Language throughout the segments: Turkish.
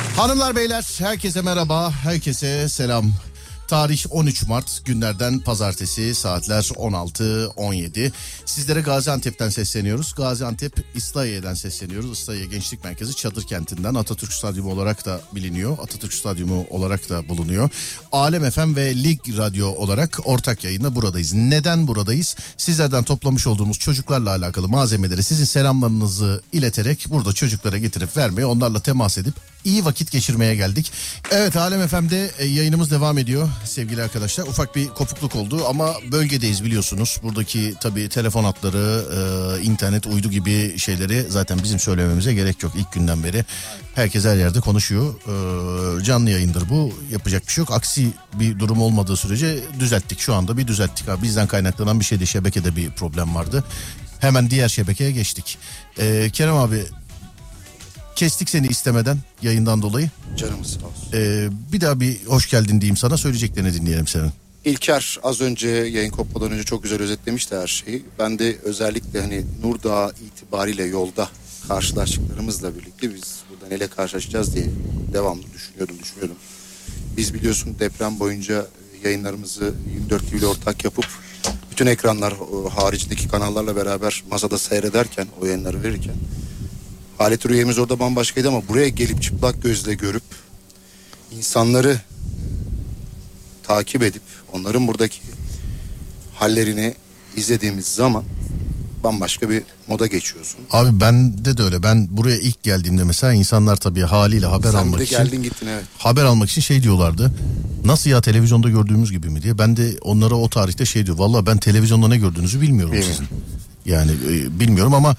Hanımlar beyler, herkese merhaba, herkese selam. Tarih 13 Mart, günlerden pazartesi, saatler 16:17. Sizlere Gaziantep'ten sesleniyoruz. Gaziantep İslahiye'den sesleniyoruz. İslahiye Gençlik Merkezi Çadır Kenti'nden, Atatürk Stadyumu olarak da biliniyor. Atatürk Stadyumu olarak da bulunuyor. Alem FM ve Lig Radyo olarak ortak yayında buradayız. Neden buradayız? Sizlerden toplamış olduğumuz çocuklarla alakalı malzemeleri sizin selamlarınızı ileterek burada çocuklara getirip vermeye, onlarla temas edip iyi vakit geçirmeye geldik. Evet, Alem FM'de yayınımız devam ediyor sevgili arkadaşlar. Ufak bir kopukluk oldu ama bölgedeyiz biliyorsunuz. Buradaki tabii telefon hatları, internet, uydu gibi şeyleri zaten bizim söylememize gerek yok. İlk günden beri herkes her yerde konuşuyor. Canlı yayındır bu. Yapacak bir şey yok. Aksi bir durum olmadığı sürece düzelttik. Şu anda bir düzelttik. Abi, bizden kaynaklanan bir şeydi. Şebekede bir problem vardı. Hemen diğer şebekeye geçtik. Kerem abi, kestik seni istemeden yayından dolayı. Canımız sağ olsun. Bir daha bir hoş geldin diyeyim sana, söyleyeceklerini dinleyelim senin. İlker az önce yayın kopmadan önce çok güzel özetlemişti her şeyi. Ben de özellikle hani Nurdağ itibariyle yolda karşılaştıklarımızla birlikte biz burada neyle karşılaşacağız diye devamlı düşünüyordum. Biz biliyorsun deprem boyunca yayınlarımızı 24 TV ile ortak yapıp bütün ekranlar haricindeki kanallarla beraber masada seyrederken, o yayınları verirken halet rüyemiz orada bambaşkaydı ama buraya gelip çıplak gözle görüp insanları takip edip onların buradaki hallerini izlediğimiz zaman bambaşka bir moda geçiyorsun. Abi bende de öyle. Ben buraya ilk geldiğimde mesela insanlar tabii haliyle haber Sen almak de için. geldin gittin, evet. Haber almak için şey diyorlardı. Nasıl ya, televizyonda gördüğümüz gibi mi diye. Ben de onlara o tarihte şey diyor. Vallahi ben televizyonda ne gördüğünüzü bilmiyorum sizin. Yani bilmiyorum ama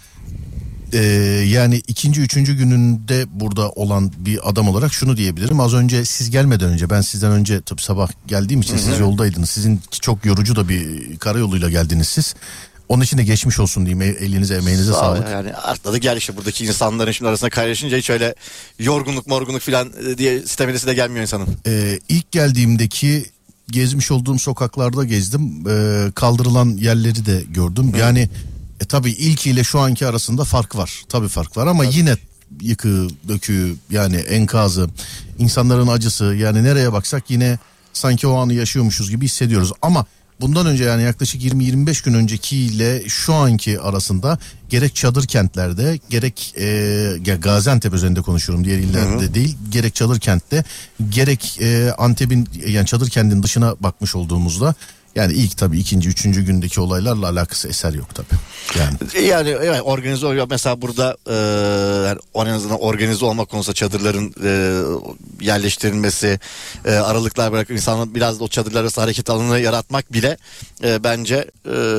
yani ikinci, üçüncü gününde burada olan bir adam olarak şunu diyebilirim. Az önce siz gelmeden önce, ben sizden önce tabii sabah geldiğim için siz yoldaydınız. Sizin çok yorucu da bir karayoluyla geldiniz siz. Onun için de geçmiş olsun diyeyim. Elinize, emeğinize sağlık. Yani atladı gel işte, buradaki insanların şimdi arasında kaynaşınca hiç öyle morgunluk falan diye sistemine de gelmiyor insanın. İlk geldiğimdeki gezmiş olduğum sokaklarda gezdim. Kaldırılan yerleri de gördüm. Yani tabii ilkiyle şu anki arasında fark var. Tabii fark var ama yine yıkığı, döküğü, yani enkazı, insanların acısı, yani nereye baksak yine sanki o anı yaşıyormuşuz gibi hissediyoruz. Ama bundan önce, yani yaklaşık 20-25 gün öncekiyle şu anki arasında gerek çadır kentlerde, gerek Gaziantep üzerinde konuşuyorum, diğer illerde değil, gerek çadır kentte, gerek Antep'in, yani çadır kentin dışına bakmış olduğumuzda, yani ilk tabii ikinci, üçüncü gündeki olaylarla alakası eser yok tabii. Yani evet, organize oluyor. Mesela burada en azından organize olma konusunda çadırların yerleştirilmesi, aralıklar bırakıp insanların biraz da o çadırlar arası hareket alanı yaratmak bile bence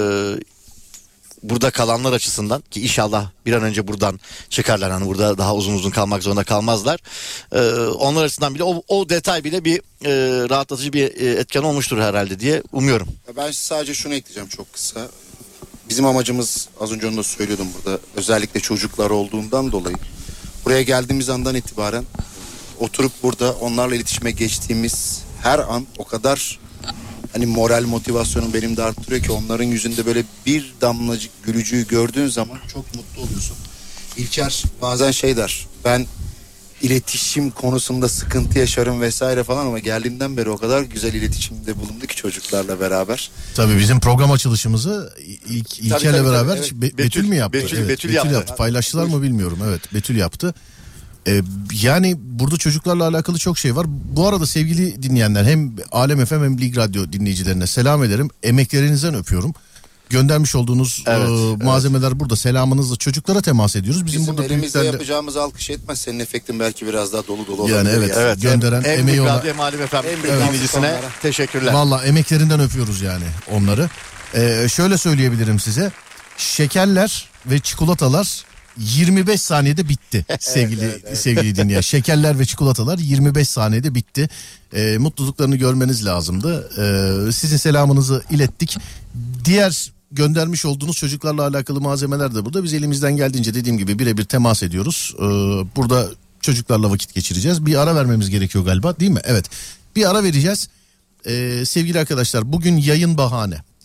burada kalanlar açısından, ki inşallah bir an önce buradan çıkarlar, hani burada daha uzun kalmak zorunda kalmazlar. Onlar açısından bile o detay bile bir rahatlatıcı bir etken olmuştur herhalde diye umuyorum. Ben sadece şunu ekleyeceğim çok kısa. Bizim amacımız, az önce onu da söylüyordum burada, özellikle çocuklar olduğundan dolayı buraya geldiğimiz andan itibaren oturup burada onlarla iletişime geçtiğimiz her an o kadar hani moral, motivasyonum benim de arttırıyor ki onların yüzünde böyle bir damlacık gülücüğü gördüğün zaman çok mutlu oluyorsun. İlker bazen şey der, ben iletişim konusunda sıkıntı yaşarım vesaire falan, ama geldiğimden beri o kadar güzel iletişimde bulundu ki çocuklarla beraber. Tabii bizim program açılışımızı İlker'le beraber evet. Betül mü yaptı? Betül yaptı. Paylaştılar mı bilmiyorum. Evet, Betül yaptı. Yani burada çocuklarla alakalı çok şey var. Bu arada sevgili dinleyenler, hem Alem FM hem Lig Radyo dinleyicilerine selam ederim. Emeklerinizden öpüyorum. Göndermiş olduğunuz malzemeler burada. Selamınızla çocuklara temas ediyoruz. Bizim burada elimizde büyüklerle yapacağımız alkış etmez. Senin efektin belki biraz daha dolu olabilir. Yani evet. Gönderen hem emeği olan hem Alem FM dinleyicisine teşekkürler. Valla emeklerinden öpüyoruz yani onları. Şöyle söyleyebilirim size. Şekerler ve çikolatalar 25 saniyede bitti sevgili dinleyen. Şekerler ve çikolatalar 25 saniyede bitti. Mutluluklarını görmeniz lazımdı. Sizin selamınızı ilettik. Diğer göndermiş olduğunuz çocuklarla alakalı malzemeler de burada. Biz elimizden geldiğince, dediğim gibi, birebir temas ediyoruz. Burada çocuklarla vakit geçireceğiz. Bir ara vermemiz gerekiyor galiba, değil mi? Evet. Bir ara vereceğiz. Sevgili arkadaşlar, bugün yayın bahane.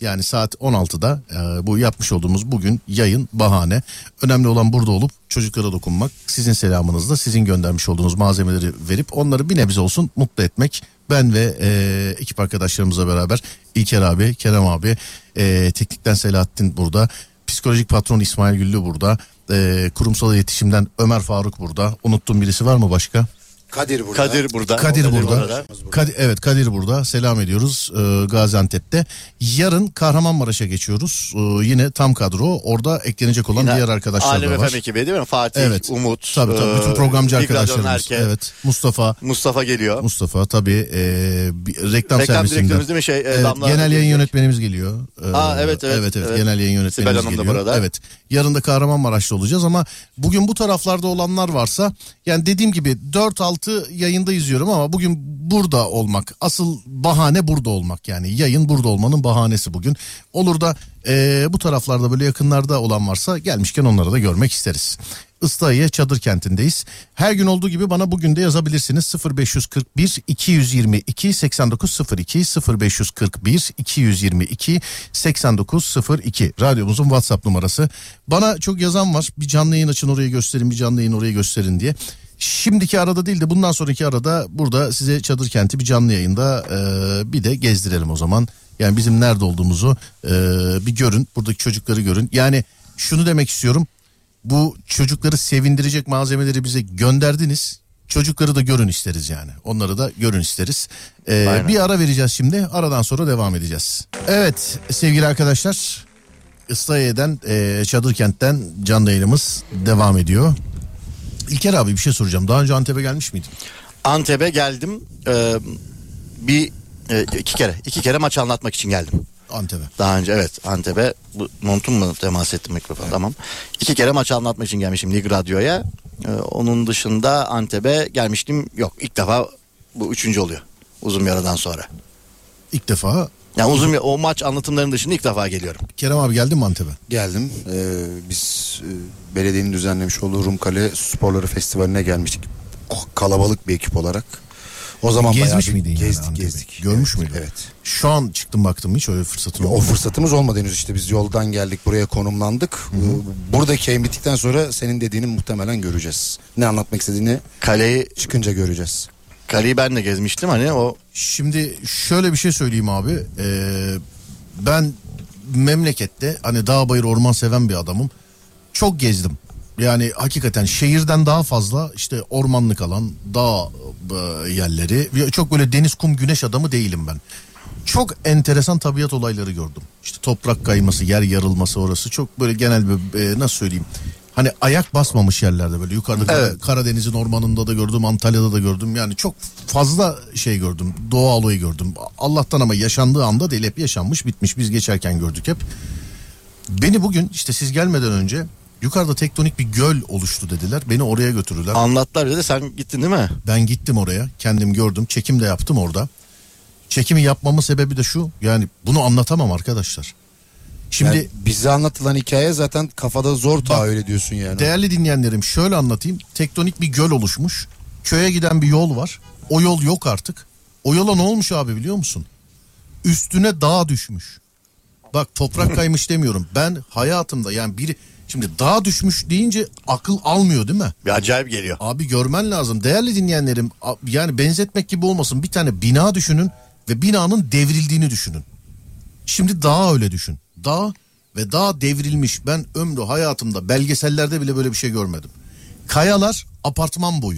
Yani saat 16'da bu yapmış olduğumuz bugün yayın bahane. Önemli olan burada olup çocuklara dokunmak. Sizin selamınızla sizin göndermiş olduğunuz malzemeleri verip onları bir nebze olsun mutlu etmek. Ben ve ekip arkadaşlarımızla beraber İlker abi, Kerem abi, teknikten Selahattin burada. Psikolojik patron İsmail Güllü burada. Kurumsal iletişimden Ömer Faruk burada. Unuttuğum birisi var mı başka? Kadir burada. Kadir burada. Kadir burada. Evet, Kadir burada. Selam ediyoruz Gaziantep'te. Yarın Kahramanmaraş'a geçiyoruz. Yine tam kadro. Orada eklenecek olan Yine diğer arkadaşlar da Alem var. FM ekibi değil mi? Fatih, Evet. Umut. Tabii bütün programcı Big Radyo'nun arkadaşlarımız. erkeği. Evet. Mustafa geliyor. Mustafa tabii bir reklam servisinden. direktörümüz değil mi? Evet, genel yayın yönetmenimiz geliyor. Evet. Genel yayın yönetmenimiz Sibel Hanım da geliyor. burada. Evet. Yarın da Kahramanmaraş'ta olacağız ama bugün bu taraflarda olanlar varsa, yani dediğim gibi 4-6 yayında izliyorum ama bugün burada olmak, asıl bahane burada olmak, yani yayın burada olmanın bahanesi bugün. Olur da bu taraflarda böyle yakınlarda olan varsa gelmişken onları da görmek isteriz. Islahiye Çadır Kenti'ndeyiz. Her gün olduğu gibi bana bugün de yazabilirsiniz. 0541 222 8902 0541 222 8902 radyomuzun WhatsApp numarası. Bana çok yazan var. Bir canlı yayın açın, orayı gösterin, bir canlı yayın orayı gösterin diye. Şimdiki arada değil de bundan sonraki arada burada size Çadır Kenti bir canlı yayında bir de gezdirelim o zaman. Yani bizim nerede olduğumuzu bir görün. Buradaki çocukları görün. Yani şunu demek istiyorum. Bu çocukları sevindirecek malzemeleri bize gönderdiniz. Çocukları da görün isteriz yani. Onları da görün isteriz. Bir ara vereceğiz şimdi. Aradan sonra devam edeceğiz. Evet sevgili arkadaşlar. Islahiye'den Çadır Kent'ten canlı yayınımız devam ediyor. İlker abi bir şey soracağım. Daha önce Antep'e gelmiş miydin? Antep'e geldim. İki kere maç anlatmak için geldim. Antep'e. Daha önce evet Antep'e, bu montum mu temas ettim mikrofon, evet. Tamam. 2 kere maç anlatmak için gelmişim Lig Radyo'ya. Onun dışında Antep'e gelmiştim yok, ilk defa bu 3. oluyor uzun bir aradan sonra. İlk defa. Yani o maç anlatımlarının dışında ilk defa geliyorum. Kerem abi geldin mi Antep'e? Geldim. Biz belediyenin düzenlemiş olduğu Rumkale Sporları Festivali'ne gelmiştik. Kalabalık bir ekip olarak. O zaman gezmiş miydin? Gezdik. Görmüş müydün? Evet. Şu an çıktım baktım, hiç öyle fırsatın olmadı. O fırsatımız olmadı henüz, işte biz yoldan geldik, buraya konumlandık. Buradaki yayın bittikten sonra senin dediğini muhtemelen göreceğiz. Ne anlatmak istediğini Kaleyi çıkınca göreceğiz. Kaleyi ben de gezmiştim hani o. Şimdi şöyle bir şey söyleyeyim abi. Ben memlekette hani dağ bayır orman seven bir adamım. Çok gezdim. Yani hakikaten şehirden daha fazla işte ormanlık alan, dağ yerleri. Çok böyle deniz, kum, güneş adamı değilim ben. Çok enteresan tabiat olayları gördüm. İşte toprak kayması, yer yarılması, orası çok böyle genel bir nasıl söyleyeyim. Hani ayak basmamış yerlerde, böyle yukarıda evet. Karadeniz'in ormanında da gördüm, Antalya'da da gördüm. Yani çok fazla şey gördüm. Doğa olayı gördüm. Allah'tan ama yaşandığı anda değil, hep yaşanmış bitmiş. Biz geçerken gördük hep. Beni bugün işte siz gelmeden önce yukarıda tektonik bir göl oluştu dediler. Beni oraya götürdüler. Anlattılar dedi, sen gittin değil mi? Ben gittim oraya. Kendim gördüm. Çekim de yaptım orada. Çekimi yapmamın sebebi de şu. Yani bunu anlatamam arkadaşlar. Şimdi yani bize anlatılan hikaye zaten kafada zor tahayyül ediyorsun yani. Değerli dinleyenlerim, şöyle anlatayım. Tektonik bir göl oluşmuş. Köye giden bir yol var. O yol yok artık. O yola ne olmuş abi biliyor musun? Üstüne dağ düşmüş. Bak, toprak kaymış demiyorum. Ben hayatımda yani şimdi dağ düşmüş deyince akıl almıyor değil mi? Bir acayip geliyor. Abi görmen lazım. Değerli dinleyenlerim, yani benzetmek gibi olmasın. Bir tane bina düşünün ve binanın devrildiğini düşünün. Şimdi dağ öyle düşün. Dağ ve dağ devrilmiş. Ben ömrü hayatımda belgesellerde bile böyle bir şey görmedim. Kayalar apartman boyu.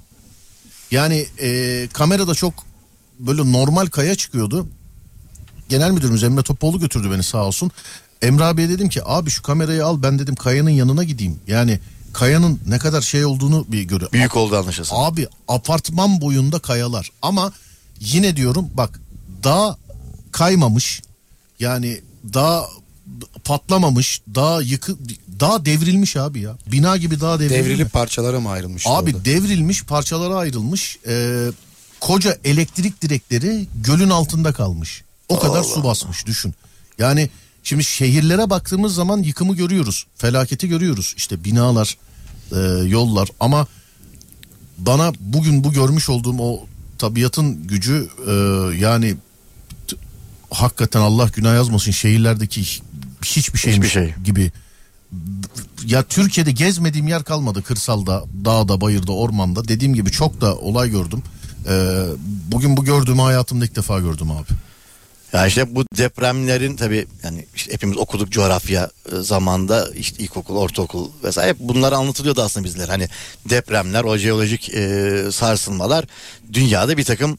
Yani kamerada çok böyle normal kaya çıkıyordu. Genel müdürümüz Emre Topoğlu götürdü beni sağ olsun. Emre abiye dedim ki abi şu kamerayı al, ben dedim kayanın yanına gideyim. Yani kayanın ne kadar şey olduğunu bir görüyorum. Büyük oldu anlaşılsın. Abi apartman boyunda kayalar ama yine diyorum bak, dağ kaymamış. Yani dağ patlamamış, dağ devrilmiş abi ya. Bina gibi dağ devrilmiş. Devrilip parçalara mı ayrılmış? Abi orada? Devrilmiş, parçalara ayrılmış. Koca elektrik direkleri gölün altında kalmış. O kadar su basmış, düşün. Yani şimdi şehirlere baktığımız zaman yıkımı görüyoruz. Felaketi görüyoruz. İşte binalar, yollar, ama bana bugün bu görmüş olduğum o tabiatın gücü yani hakikaten Allah günah yazmasın şehirlerdeki hiçbir şeymiş gibi. Ya Türkiye'de gezmediğim yer kalmadı, kırsalda, dağda, bayırda, ormanda. Dediğim gibi çok da olay gördüm. Bugün bu gördüğümü hayatımda ilk defa gördüm abi. Ya işte bu depremlerin tabii yani işte hepimiz okuduk coğrafya zamanda, işte ilkokul, ortaokul vesaire, hep bunlar anlatılıyordu aslında bizler. Hani depremler, o jeolojik sarsılmalar dünyada bir takım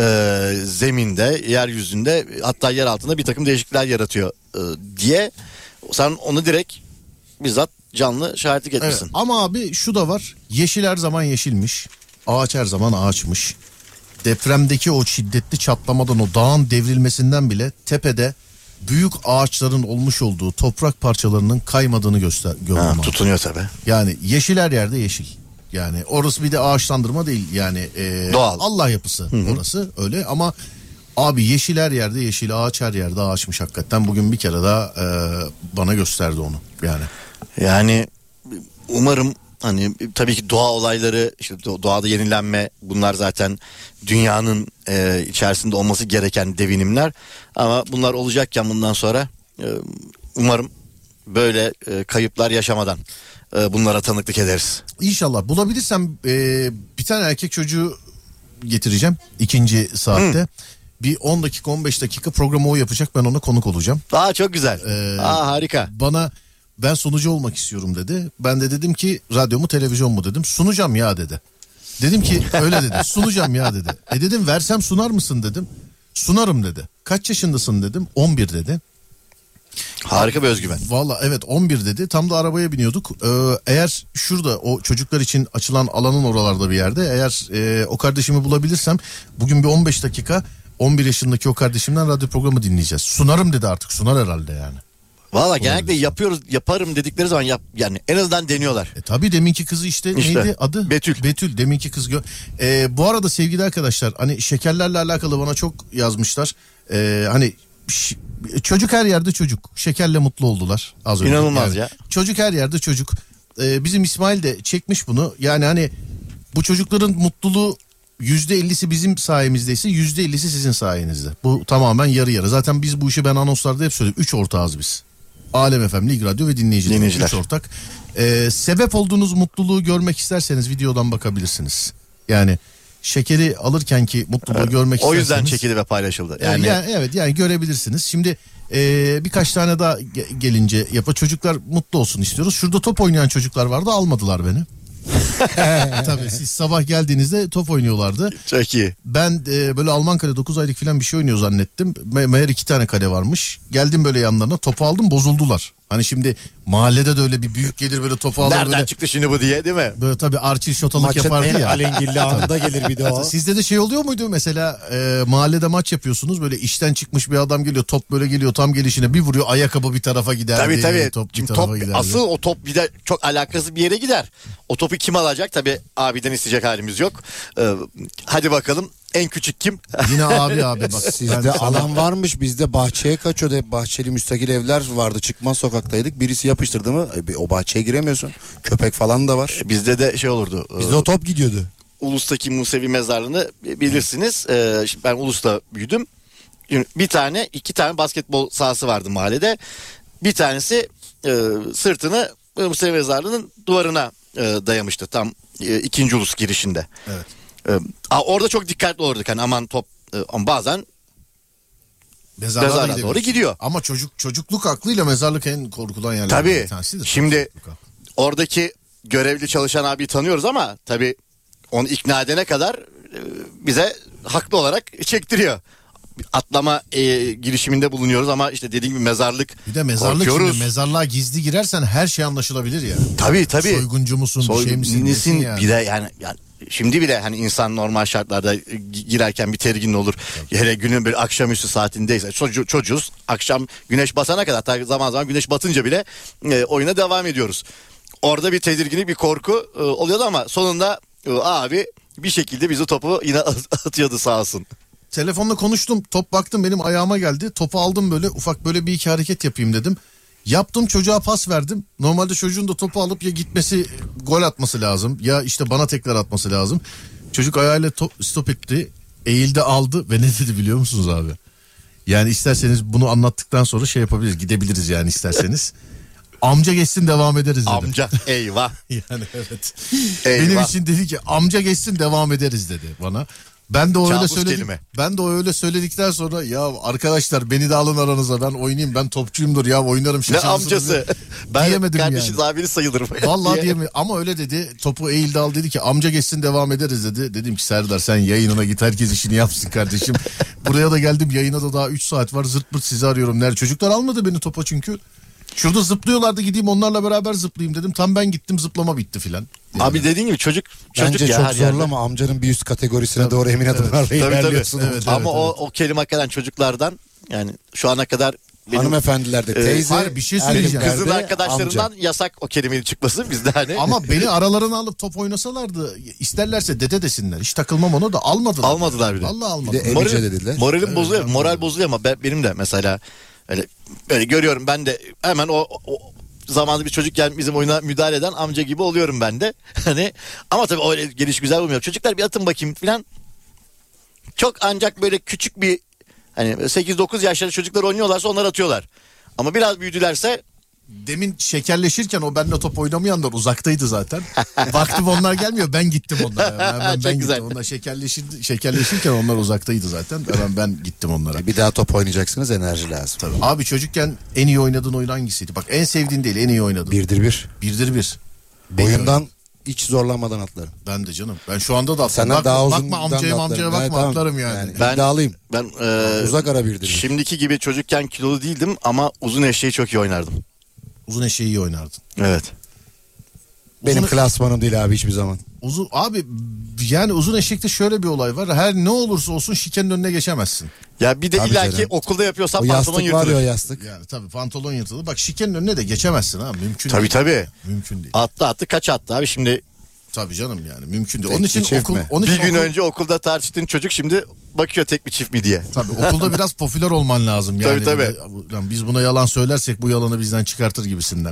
zeminde, yeryüzünde, hatta yer altında bir takım değişiklikler yaratıyor diye sen onu direkt bizzat canlı şahitlik etmişsin. Evet, ama abi şu da var, yeşil her zaman yeşilmiş, ağaç her zaman ağaçmış. Depremdeki o şiddetli çatlamadan, o dağın devrilmesinden bile tepede büyük ağaçların olmuş olduğu toprak parçalarının kaymadığını gördüm. Tutunuyor tabii. Yani yeşil her yerde yeşil. Yani orası bir de ağaçlandırma değil yani doğal. Allah yapısı. Hı-hı. Orası öyle ama abi yeşil her yerde yeşil, ağaç her yerde ağaçmış hakikaten. Bugün bir kere daha bana gösterdi onu yani. Yani umarım hani tabii ki doğa olayları, işte doğada yenilenme, bunlar zaten dünyanın içerisinde olması gereken devinimler. Ama bunlar olacakken bundan sonra umarım böyle kayıplar yaşamadan bunlara tanıklık ederiz. İnşallah bulabilirsem bir tane erkek çocuğu getireceğim ikinci saatte. Bir 10 dakika 15 dakika programı o yapacak, ben ona konuk olacağım. Çok güzel. Harika. Bana ben sunucu olmak istiyorum dedi. Ben de dedim ki radyo mu televizyon mu dedim. Sunacağım ya dedi. Dedim ki öyle dedi. Sunacağım ya dedi. Dedim versem sunar mısın dedim. Sunarım dedi. Kaç yaşındasın dedim. 11 dedi. Harika bir özgüven. Valla evet 11 dedi. Tam da arabaya biniyorduk. Eğer şurada o çocuklar için açılan alanın oralarda bir yerde, eğer o kardeşimi bulabilirsem bugün bir 15 dakika 11 yaşındaki o kardeşimden radyo programı dinleyeceğiz. Sunarım dedi, artık sunar herhalde yani. Valla genellikle yaparım dedikleri zaman yani en azından deniyorlar. Tabii deminki kızı işte neydi adı? Betül deminki kız. Bu arada sevgili arkadaşlar, hani şekerlerle alakalı bana çok yazmışlar. Hani çocuk her yerde çocuk. Şekerle mutlu oldular az önce. İnanılmaz yani, ya. Çocuk her yerde çocuk. Bizim İsmail de çekmiş bunu. Yani hani bu çocukların mutluluğu %50'si bizim sayemizdeyse %50'si sizin sayenizde. Bu tamamen yarı yarı. Zaten biz bu işi, ben anonslarda hep söyledim. 3 ortağız biz. Alem FM, Lig Radyo ve dinleyiciler. 3 ortak. Sebep olduğunuz mutluluğu görmek isterseniz videodan bakabilirsiniz. Yani şekeri alırken ki mutluluğu görmek isterseniz. O yüzden çekildi ve paylaşıldı. Yani görebilirsiniz. Şimdi birkaç tane daha gelince çocuklar mutlu olsun istiyoruz. Şurada top oynayan çocuklar vardı, almadılar beni. Tabii siz sabah geldiğinizde top oynuyorlardı. Çok iyi. Ben böyle Alman kale 9 aylık falan bir şey oynuyor zannettim. Meğer 2 tane kale varmış. Geldim böyle yanlarına, topu aldım, bozuldular. Hani şimdi mahallede de öyle bir büyük gelir böyle topu alır. Nereden böyle, çıktı şimdi bu diye değil mi? Böyle tabii Arçil şotalık yapardı ya. Maçın alengirli anında gelir bir de o. Sizde de şey oluyor muydu mesela, mahallede maç yapıyorsunuz, böyle işten çıkmış bir adam geliyor, top böyle geliyor tam gelişine bir vuruyor, ayakkabı bir tarafa giderdi. Tabii. Top bir tarafa giderdi. Asıl o top bir de çok alakasız bir yere gider. O topu kim alacak? Tabii abiden isteyecek halimiz yok. Hadi bakalım, en küçük kim? Yine abi bak. Sizde alan varmış, bizde bahçeye kaçıyordu. Hep bahçeli müstakil evler vardı. Çıkmaz sokaktaydık. Birisi yapıştırdı mı o bahçeye giremiyorsun. Köpek falan da var. Bizde de şey olurdu. Bizde o top gidiyordu. Ulus'taki Musevi mezarlığını bilirsiniz. Ben Ulus'ta büyüdüm. İki tane basketbol sahası vardı mahallede. Bir tanesi sırtını Musevi mezarlığının duvarına dayamıştı. Tam 2. Ulus girişinde. Evet. Orada çok dikkatli olurduk. Hani aman top bazen mezarlığa doğru gidiyor. Ama çocukluk aklıyla mezarlık en korkulan yerler. Tabii. Şimdi oradaki görevli çalışan abi tanıyoruz ama tabii onu ikna edene kadar bize haklı olarak çektiriyor. Atlama girişiminde bulunuyoruz ama işte dediğim gibi mezarlık. Bir de mezarlık şimdi, mezarlığa gizli girersen her şey anlaşılabilir ya. Tabii. Soyguncu musun, bir şey misin yani. Bir de yani şimdi bile hani insan normal şartlarda girerken bir tedirgin olur. Hele günün bir akşamüstü saatindeyse çocuğuz, akşam güneş batana kadar, hatta zaman zaman güneş batınca bile oyuna devam ediyoruz. Orada bir tedirginlik, bir korku oluyordu ama sonunda abi bir şekilde bizi topu yine atıyordu sağ olsun. Telefonla konuştum, top baktım benim ayağıma geldi, topu aldım, böyle ufak böyle bir iki hareket yapayım dedim. Yaptım, çocuğa pas verdim. Normalde çocuğun da topu alıp ya gitmesi, gol atması lazım ya işte bana tekrar atması lazım. Çocuk ayağıyla stop etti, eğildi, aldı ve ne dedi biliyor musunuz abi? Yani isterseniz bunu anlattıktan sonra şey yapabiliriz, gidebiliriz yani isterseniz. Amca geçsin devam ederiz dedim. Amca eyvah. Yani evet. Eyvah. Benim için dedi ki amca geçsin devam ederiz dedi bana. Ben de o öyle Kabus söyledim. kelime. Ben de o öyle söyledikten sonra ya arkadaşlar beni de alın aranıza, ben oynayayım, ben topçuyumdur ya, oynarım. Ne amcası? Ben Diyemedim kardeşiniz yani. abiniz sayılırım. Vallahi diye. diyemiyorum ama öyle dedi. Topu eğildi al, dedi ki amca geçsin devam ederiz dedi. Dedim ki Serdar sen yayınına git, herkes işini yapsın kardeşim. Buraya da geldim, yayına da daha 3 saat var, zırt pırt sizi arıyorum. Nerede? Çocuklar almadı beni topa çünkü. Şurada zıplıyorlardı, gideyim onlarla beraber zıplayayım dedim. Tam ben gittim, zıplama bitti filan. Abi dediğin gibi çocuk Bence ya çok her yerde. zorlama, amcanın bir üst kategorisine doğru emin adımlarla Tabii, ilerliyorsun. tabii. Evet, Ama o kelime hakikaten çocuklardan, yani şu ana kadar benim Hanımefendiler de teyze, hayır, bir şey söyleyeceğim. erkeklerde kızın arkadaşlarından amca. yasak o kelimenin çıkması bizde hani. Ama beni aralarına alıp top oynasalardı, isterlerse dede desinler. Hiç takılmam, onu da almadılar. Almadılar bile. Vallahi Bir almadılar. de emice dediler. Moralim bozuluyor. Moral bozuluyor ama benim de mesela öyle görüyorum, ben de hemen o zamanında bir çocukken bizim oyuna müdahale eden amca gibi oluyorum ben de. Hani ama tabii öyle geliş güzel bulmuyor. Çocuklar bir atın bakayım falan. Çok ancak böyle küçük bir hani 8-9 yaşlarında çocuklar oynuyorlarsa onlar atıyorlar. Ama biraz büyüdülerse Demin şekerleşirken o benimle top oynamayanlar uzaktaydı zaten. Baktım onlar gelmiyor, ben gittim onlara. Ben Çok güzel. gittim. Onlar şekerleşirken onlar uzaktaydı zaten. Hemen ben gittim onlara. Bir daha top oynayacaksınız, enerji lazım. Tabii. Abi çocukken en iyi oynadığın oyun hangisiydi? Bak en sevdiğin değil, en iyi oynadığın. Birdir bir. Birdir bir. Boyundan hiç zorlanmadan atlarım. Ben de canım. Ben şu anda da atlarım. Senden daha uzun. Bakma amcaya bakma, atlarım yani. Ben- İddialıyım. ben Uzak ara birdir bir. şimdiki gibi çocukken kilolu değildim ama uzun eşeği çok iyi oynardım. Uzun eşeği iyi oynardın. Evet. Benim Uzun- klasmanım değil abi hiçbir zaman. Abi yani uzun eşekte şöyle bir olay var. Her ne olursa olsun şikenin önüne geçemezsin. Ya bir de Tabii illaki canım. okulda yapıyorsan O pantolon yastık var ya, o yırtılır. yastık. Yani tabii pantolon yırtılır. Bak şikenin önüne de geçemezsin ha. Mümkün Tabii değil. tabii. Mümkün değil. Attı kaç attı abi şimdi. Tabii canım yani mümkün değil. Tek Onun için mi, çift okul, mi? onun Bir için gün okul- önce okulda tartıştığın çocuk şimdi bakıyor tek mi çift mi diye. Tabii okulda biraz popüler olman lazım yani. Tabii. Böyle, "Lan biz buna yalan söylersek bu yalanı bizden çıkartır" gibisinden.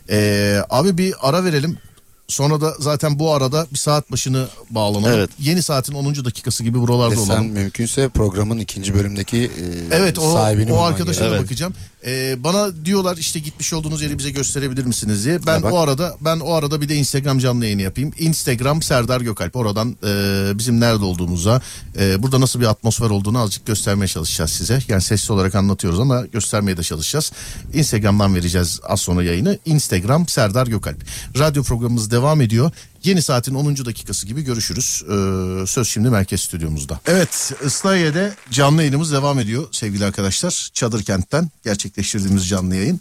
Abi bir ara verelim. Sonra da zaten bu arada bir saat başını bağlanalım. Evet. Yeni saatin 10. dakikası gibi buralarda Sen olalım. mümkünse programın ikinci bölümdeki Evet sahibini o bulman arkadaşa gerekiyor. da bakacağım. Bana diyorlar işte gitmiş olduğunuz yeri bize gösterebilir misiniz diye. Ben Ya bak. o arada bir de Instagram canlı yayını yapayım. Instagram Serdar Gökalp. Oradan bizim nerede olduğumuza, burada nasıl bir atmosfer olduğunu azıcık göstermeye çalışacağız size. Yani sesli olarak anlatıyoruz ama göstermeye de çalışacağız. Instagram'dan vereceğiz az sonra yayını. Instagram Serdar Gökalp. Radyo programımız devam ediyor. Yeni saatin 10. dakikası gibi görüşürüz. Söz şimdi merkez stüdyomuzda. Evet, Islahiye'de canlı yayınımız devam ediyor sevgili arkadaşlar. Çadırkent'ten gerçekleştirdiğimiz canlı yayın.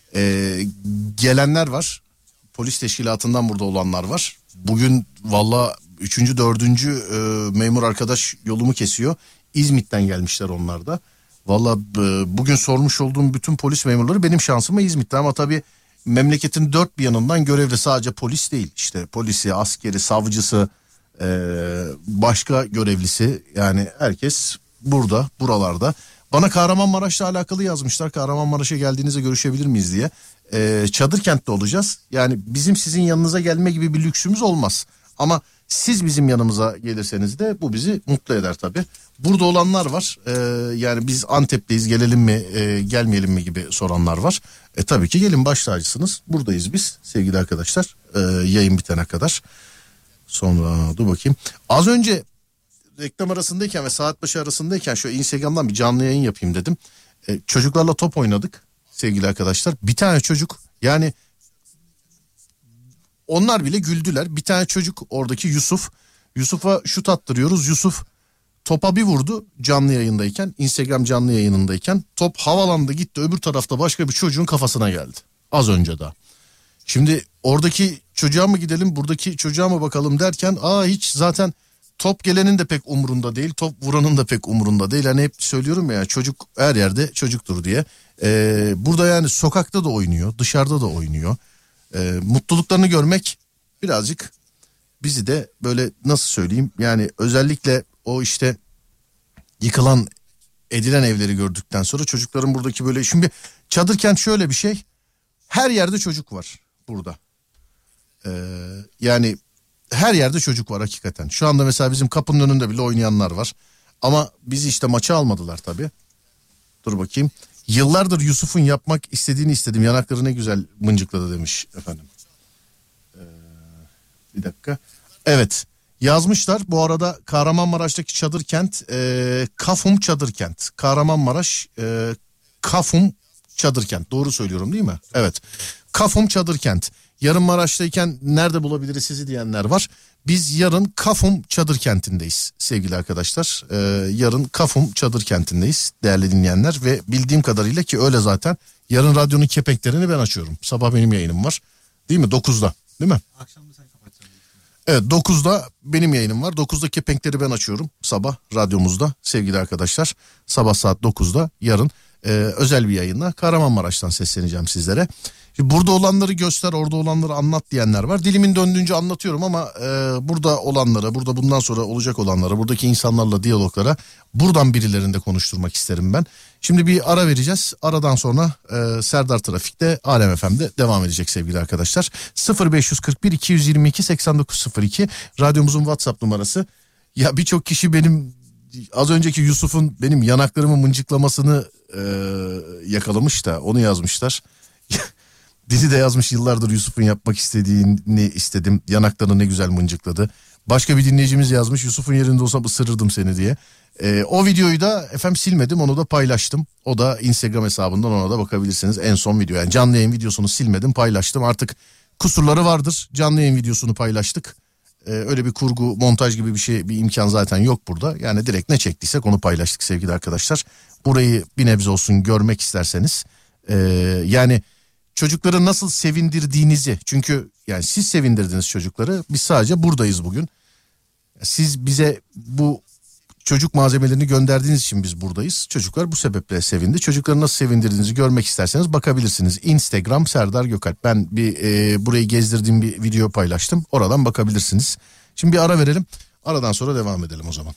Gelenler var. Polis teşkilatından burada olanlar var. Bugün valla 3. 4. memur arkadaş yolumu kesiyor. İzmit'ten gelmişler onlar da. Valla bugün sormuş olduğum bütün polis memurları benim şansıma İzmit'te, ama tabii memleketin dört bir yanından görevli, sadece polis değil. İşte polisi, askeri, savcısı, başka görevlisi, yani herkes burada, buralarda. Bana Kahramanmaraş'la alakalı yazmışlar. Kahramanmaraş'a geldiğinizde görüşebilir miyiz diye. Çadırkent'te olacağız. Yani bizim sizin yanınıza gelme gibi bir lüksümüz olmaz. Ama siz bizim yanımıza gelirseniz de bu bizi mutlu eder tabii. Burada olanlar var. Yani biz Antep'teyiz, gelelim mi gelmeyelim mi gibi soranlar var. Tabii ki gelin, baş tacısınız. Buradayız biz sevgili arkadaşlar. Yayın bitene kadar. Sonra dur bakayım. Az önce reklam arasındayken ve saat başı arasındayken şu Instagram'dan bir canlı yayın yapayım dedim. Çocuklarla top oynadık sevgili arkadaşlar. Bir tane çocuk, yani onlar bile güldüler. Bir tane çocuk, oradaki Yusuf. Yusuf'a şut attırıyoruz. Yusuf topa bir vurdu canlı yayındayken, Instagram canlı yayınındayken. Top havalandı gitti, öbür tarafta başka bir çocuğun kafasına geldi. Az önce daha. Şimdi oradaki çocuğa mı gidelim, buradaki çocuğa mı bakalım derken hiç zaten top gelenin de pek umurunda değil, top vuranın da pek umurunda değil. Hani hep söylüyorum ya, çocuk her yerde çocuktur diye. Burada yani sokakta da oynuyor, dışarıda da oynuyor. Mutluluklarını görmek birazcık bizi de böyle, nasıl söyleyeyim, yani özellikle o işte yıkılan edilen evleri gördükten sonra çocukların buradaki böyle, şimdi Çadırkent şöyle bir şey, her yerde çocuk var burada. Yani her yerde çocuk var hakikaten. Şu anda mesela bizim kapının önünde bile oynayanlar var. Ama bizi işte maça almadılar tabii. Dur bakayım. Yıllardır Yusuf'un yapmak istediğini istedim. Yanakları ne güzel mıncıkladı demiş efendim. Bir dakika. Evet. Yazmışlar. Bu arada Kahramanmaraş'taki çadır kent Kafum çadır kent. Kahramanmaraş Kafum çadır kent. Doğru söylüyorum değil mi? Evet. Kafum çadır kent. Yarın Maraş'tayken nerede bulabiliriz sizi diyenler var. Biz yarın Kafum çadır kentindeyiz sevgili arkadaşlar. Yarın Kafum çadır kentindeyiz değerli dinleyenler. Ve bildiğim kadarıyla ki öyle zaten. Yarın radyonun kepenklerini ben açıyorum. Sabah benim yayınım var. Değil mi? 9'da. Değil mi? Akşam da sen kapatacaksın. Evet 9'da benim yayınım var. 9'da kepenkleri ben açıyorum sabah radyomuzda sevgili arkadaşlar. Sabah saat 9'da yarın özel bir yayınla Kahramanmaraş'tan sesleneceğim sizlere. Şimdi burada olanları göster, orada olanları anlat diyenler var. Dilimin döndüğünce anlatıyorum ama burada olanlara, burada bundan sonra olacak olanlara, buradaki insanlarla diyaloglara buradan birilerini de konuşturmak isterim ben. Şimdi bir ara vereceğiz. Aradan sonra Serdar Trafik'te, Alem FM'de devam edecek sevgili arkadaşlar. 0541 222 8902 radyomuzun WhatsApp numarası. Ya birçok kişi benim az önceki Yusuf'un benim yanaklarımı mıncıklamasını yakalamış da onu yazmışlar. Dili de yazmış yıllardır Yusuf'un yapmak istediğini istedim. Yanaklarını ne güzel mıncıkladı. Başka bir dinleyicimiz yazmış Yusuf'un yerinde olsam ısırırdım seni diye. O videoyu da efendim silmedim, onu da paylaştım. O da Instagram hesabından, ona da bakabilirsiniz. En son video, yani canlı yayın videosunu silmedim, paylaştım. Artık kusurları vardır. Canlı yayın videosunu paylaştık. Öyle bir kurgu, montaj gibi bir şey, bir imkan zaten yok burada. Yani direkt ne çektiysek onu paylaştık sevgili arkadaşlar. Burayı bir nebze olsun görmek isterseniz yani çocukları nasıl sevindirdiğinizi, çünkü yani siz sevindirdiniz çocukları, biz sadece buradayız bugün. Siz bize bu çocuk malzemelerini gönderdiğiniz için biz buradayız. Çocuklar bu sebeple sevindi. Çocukları nasıl sevindirdiğinizi görmek isterseniz bakabilirsiniz. Instagram Serdar Gökalp. Ben bir burayı gezdirdiğim bir video paylaştım. Oradan bakabilirsiniz. Şimdi bir ara verelim. Aradan sonra devam edelim o zaman.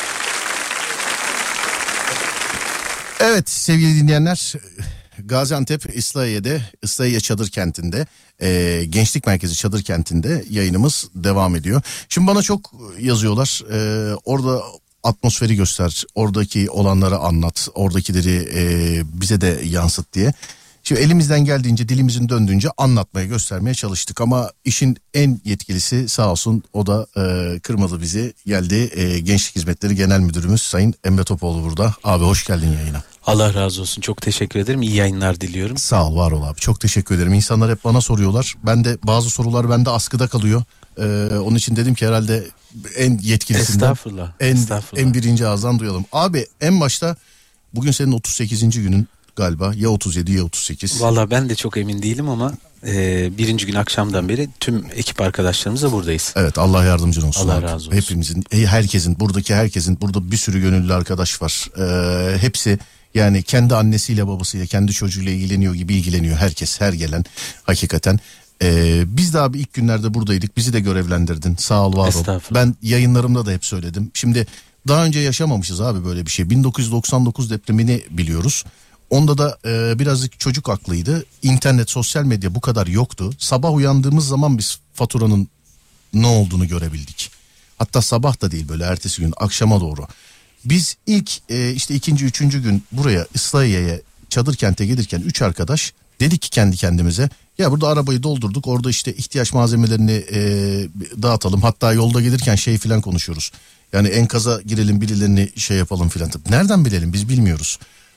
Evet sevgili dinleyenler, Gaziantep İslahiye Çadır Kenti'nde Gençlik Merkezi Çadır Kenti'nde yayınımız devam ediyor. Şimdi bana çok yazıyorlar, orada atmosferi göster, oradaki olanları anlat, oradakileri bize de yansıt diye. Şimdi elimizden geldiğince, dilimizin döndüğünce anlatmaya, göstermeye çalıştık ama işin en yetkilisi sağ olsun, o da kırmadı bizi, geldi. Gençlik Hizmetleri Genel Müdürümüz Sayın Emre Topoğlu burada. Abi hoş geldin yayına. Allah razı olsun, çok teşekkür ederim, iyi yayınlar diliyorum. Sağ ol, var ol abi, çok teşekkür ederim. İnsanlar hep bana soruyorlar, ben de bazı sorular bende askıda kalıyor. Onun için dedim ki herhalde en yetkilisinden, Estağfurullah. en birinci ağızdan duyalım. Abi en başta bugün senin 38. günün galiba, ya 37 ya 38. Vallahi ben de çok emin değilim ama birinci gün akşamdan beri tüm ekip arkadaşlarımızla buradayız. Evet, Allah yardımcın olsun. Allah abi. razı olsun. Hepimizin, herkesin, buradaki herkesin, burada bir sürü gönüllü arkadaş var. Hepsi yani kendi annesiyle babasıyla, kendi çocuğuyla ilgileniyor gibi ilgileniyor herkes, her gelen hakikaten. Biz de abi ilk günlerde buradaydık, bizi de görevlendirdin, sağ ol, var ol. Ben yayınlarımda da hep söyledim. Şimdi daha önce yaşamamışız abi böyle bir şey. 1999 depremini biliyoruz. Onda da birazcık çocuk aklıydı. İnternet, sosyal medya bu kadar yoktu. Sabah uyandığımız zaman biz faturanın ne olduğunu görebildik. Hatta sabah da değil, böyle ertesi gün akşama doğru. Biz ilk işte ikinci, üçüncü gün buraya İslahiye'ye, Çadır Kent'e gelirken 3 arkadaş dedik ki kendi kendimize, ya burada arabayı doldurduk, orada işte ihtiyaç malzemelerini dağıtalım. Hatta yolda gelirken şey filan konuşuyoruz. Yani enkaza girelim, birilerini şey yapalım filan. Nereden bilelim, biz bilmiyoruz.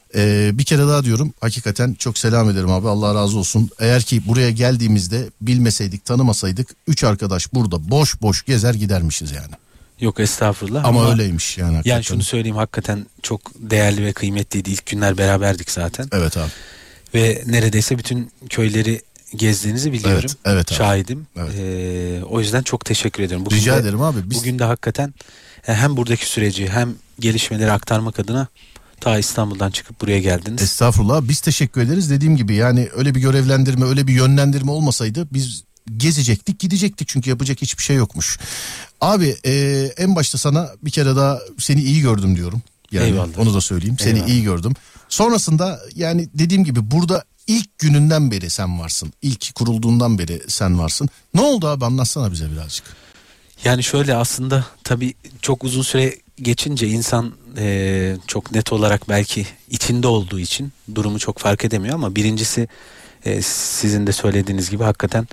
Bir kere daha diyorum, hakikaten çok selam ederim abi, Allah razı olsun. Eğer ki buraya geldiğimizde bilmeseydik, tanımasaydık 3 arkadaş burada boş boş gezer gidermişiz yani. Yok estağfurullah. Ama öyleymiş yani hakikaten. Yani şunu söyleyeyim, hakikaten çok değerli ve kıymetliydi. İlk günler beraberdik zaten. Evet abi. Ve neredeyse bütün köyleri gezdiğinizi biliyorum. Evet abi. Şahidim. Evet. O yüzden çok teşekkür ederim. Rica ederim abi. Bugün de hakikaten hem buradaki süreci hem gelişmeleri aktarmak adına ta İstanbul'dan çıkıp buraya geldiniz. Estağfurullah, biz teşekkür ederiz. Dediğim gibi yani öyle bir görevlendirme, öyle bir yönlendirme olmasaydı biz gezecektik, gidecektik, çünkü yapacak hiçbir şey yokmuş. Abi en başta sana bir kere daha seni iyi gördüm diyorum. Yani eyvallah. Onu da söyleyeyim. Seni eyvallah. iyi gördüm. Sonrasında yani dediğim gibi burada ilk gününden beri sen varsın. İlk kurulduğundan beri sen varsın. Ne oldu abi, anlatsana bize birazcık. Yani şöyle, aslında tabii çok uzun süre geçince insan çok net olarak belki içinde olduğu için durumu çok fark edemiyor ama birincisi sizin de söylediğiniz gibi hakikaten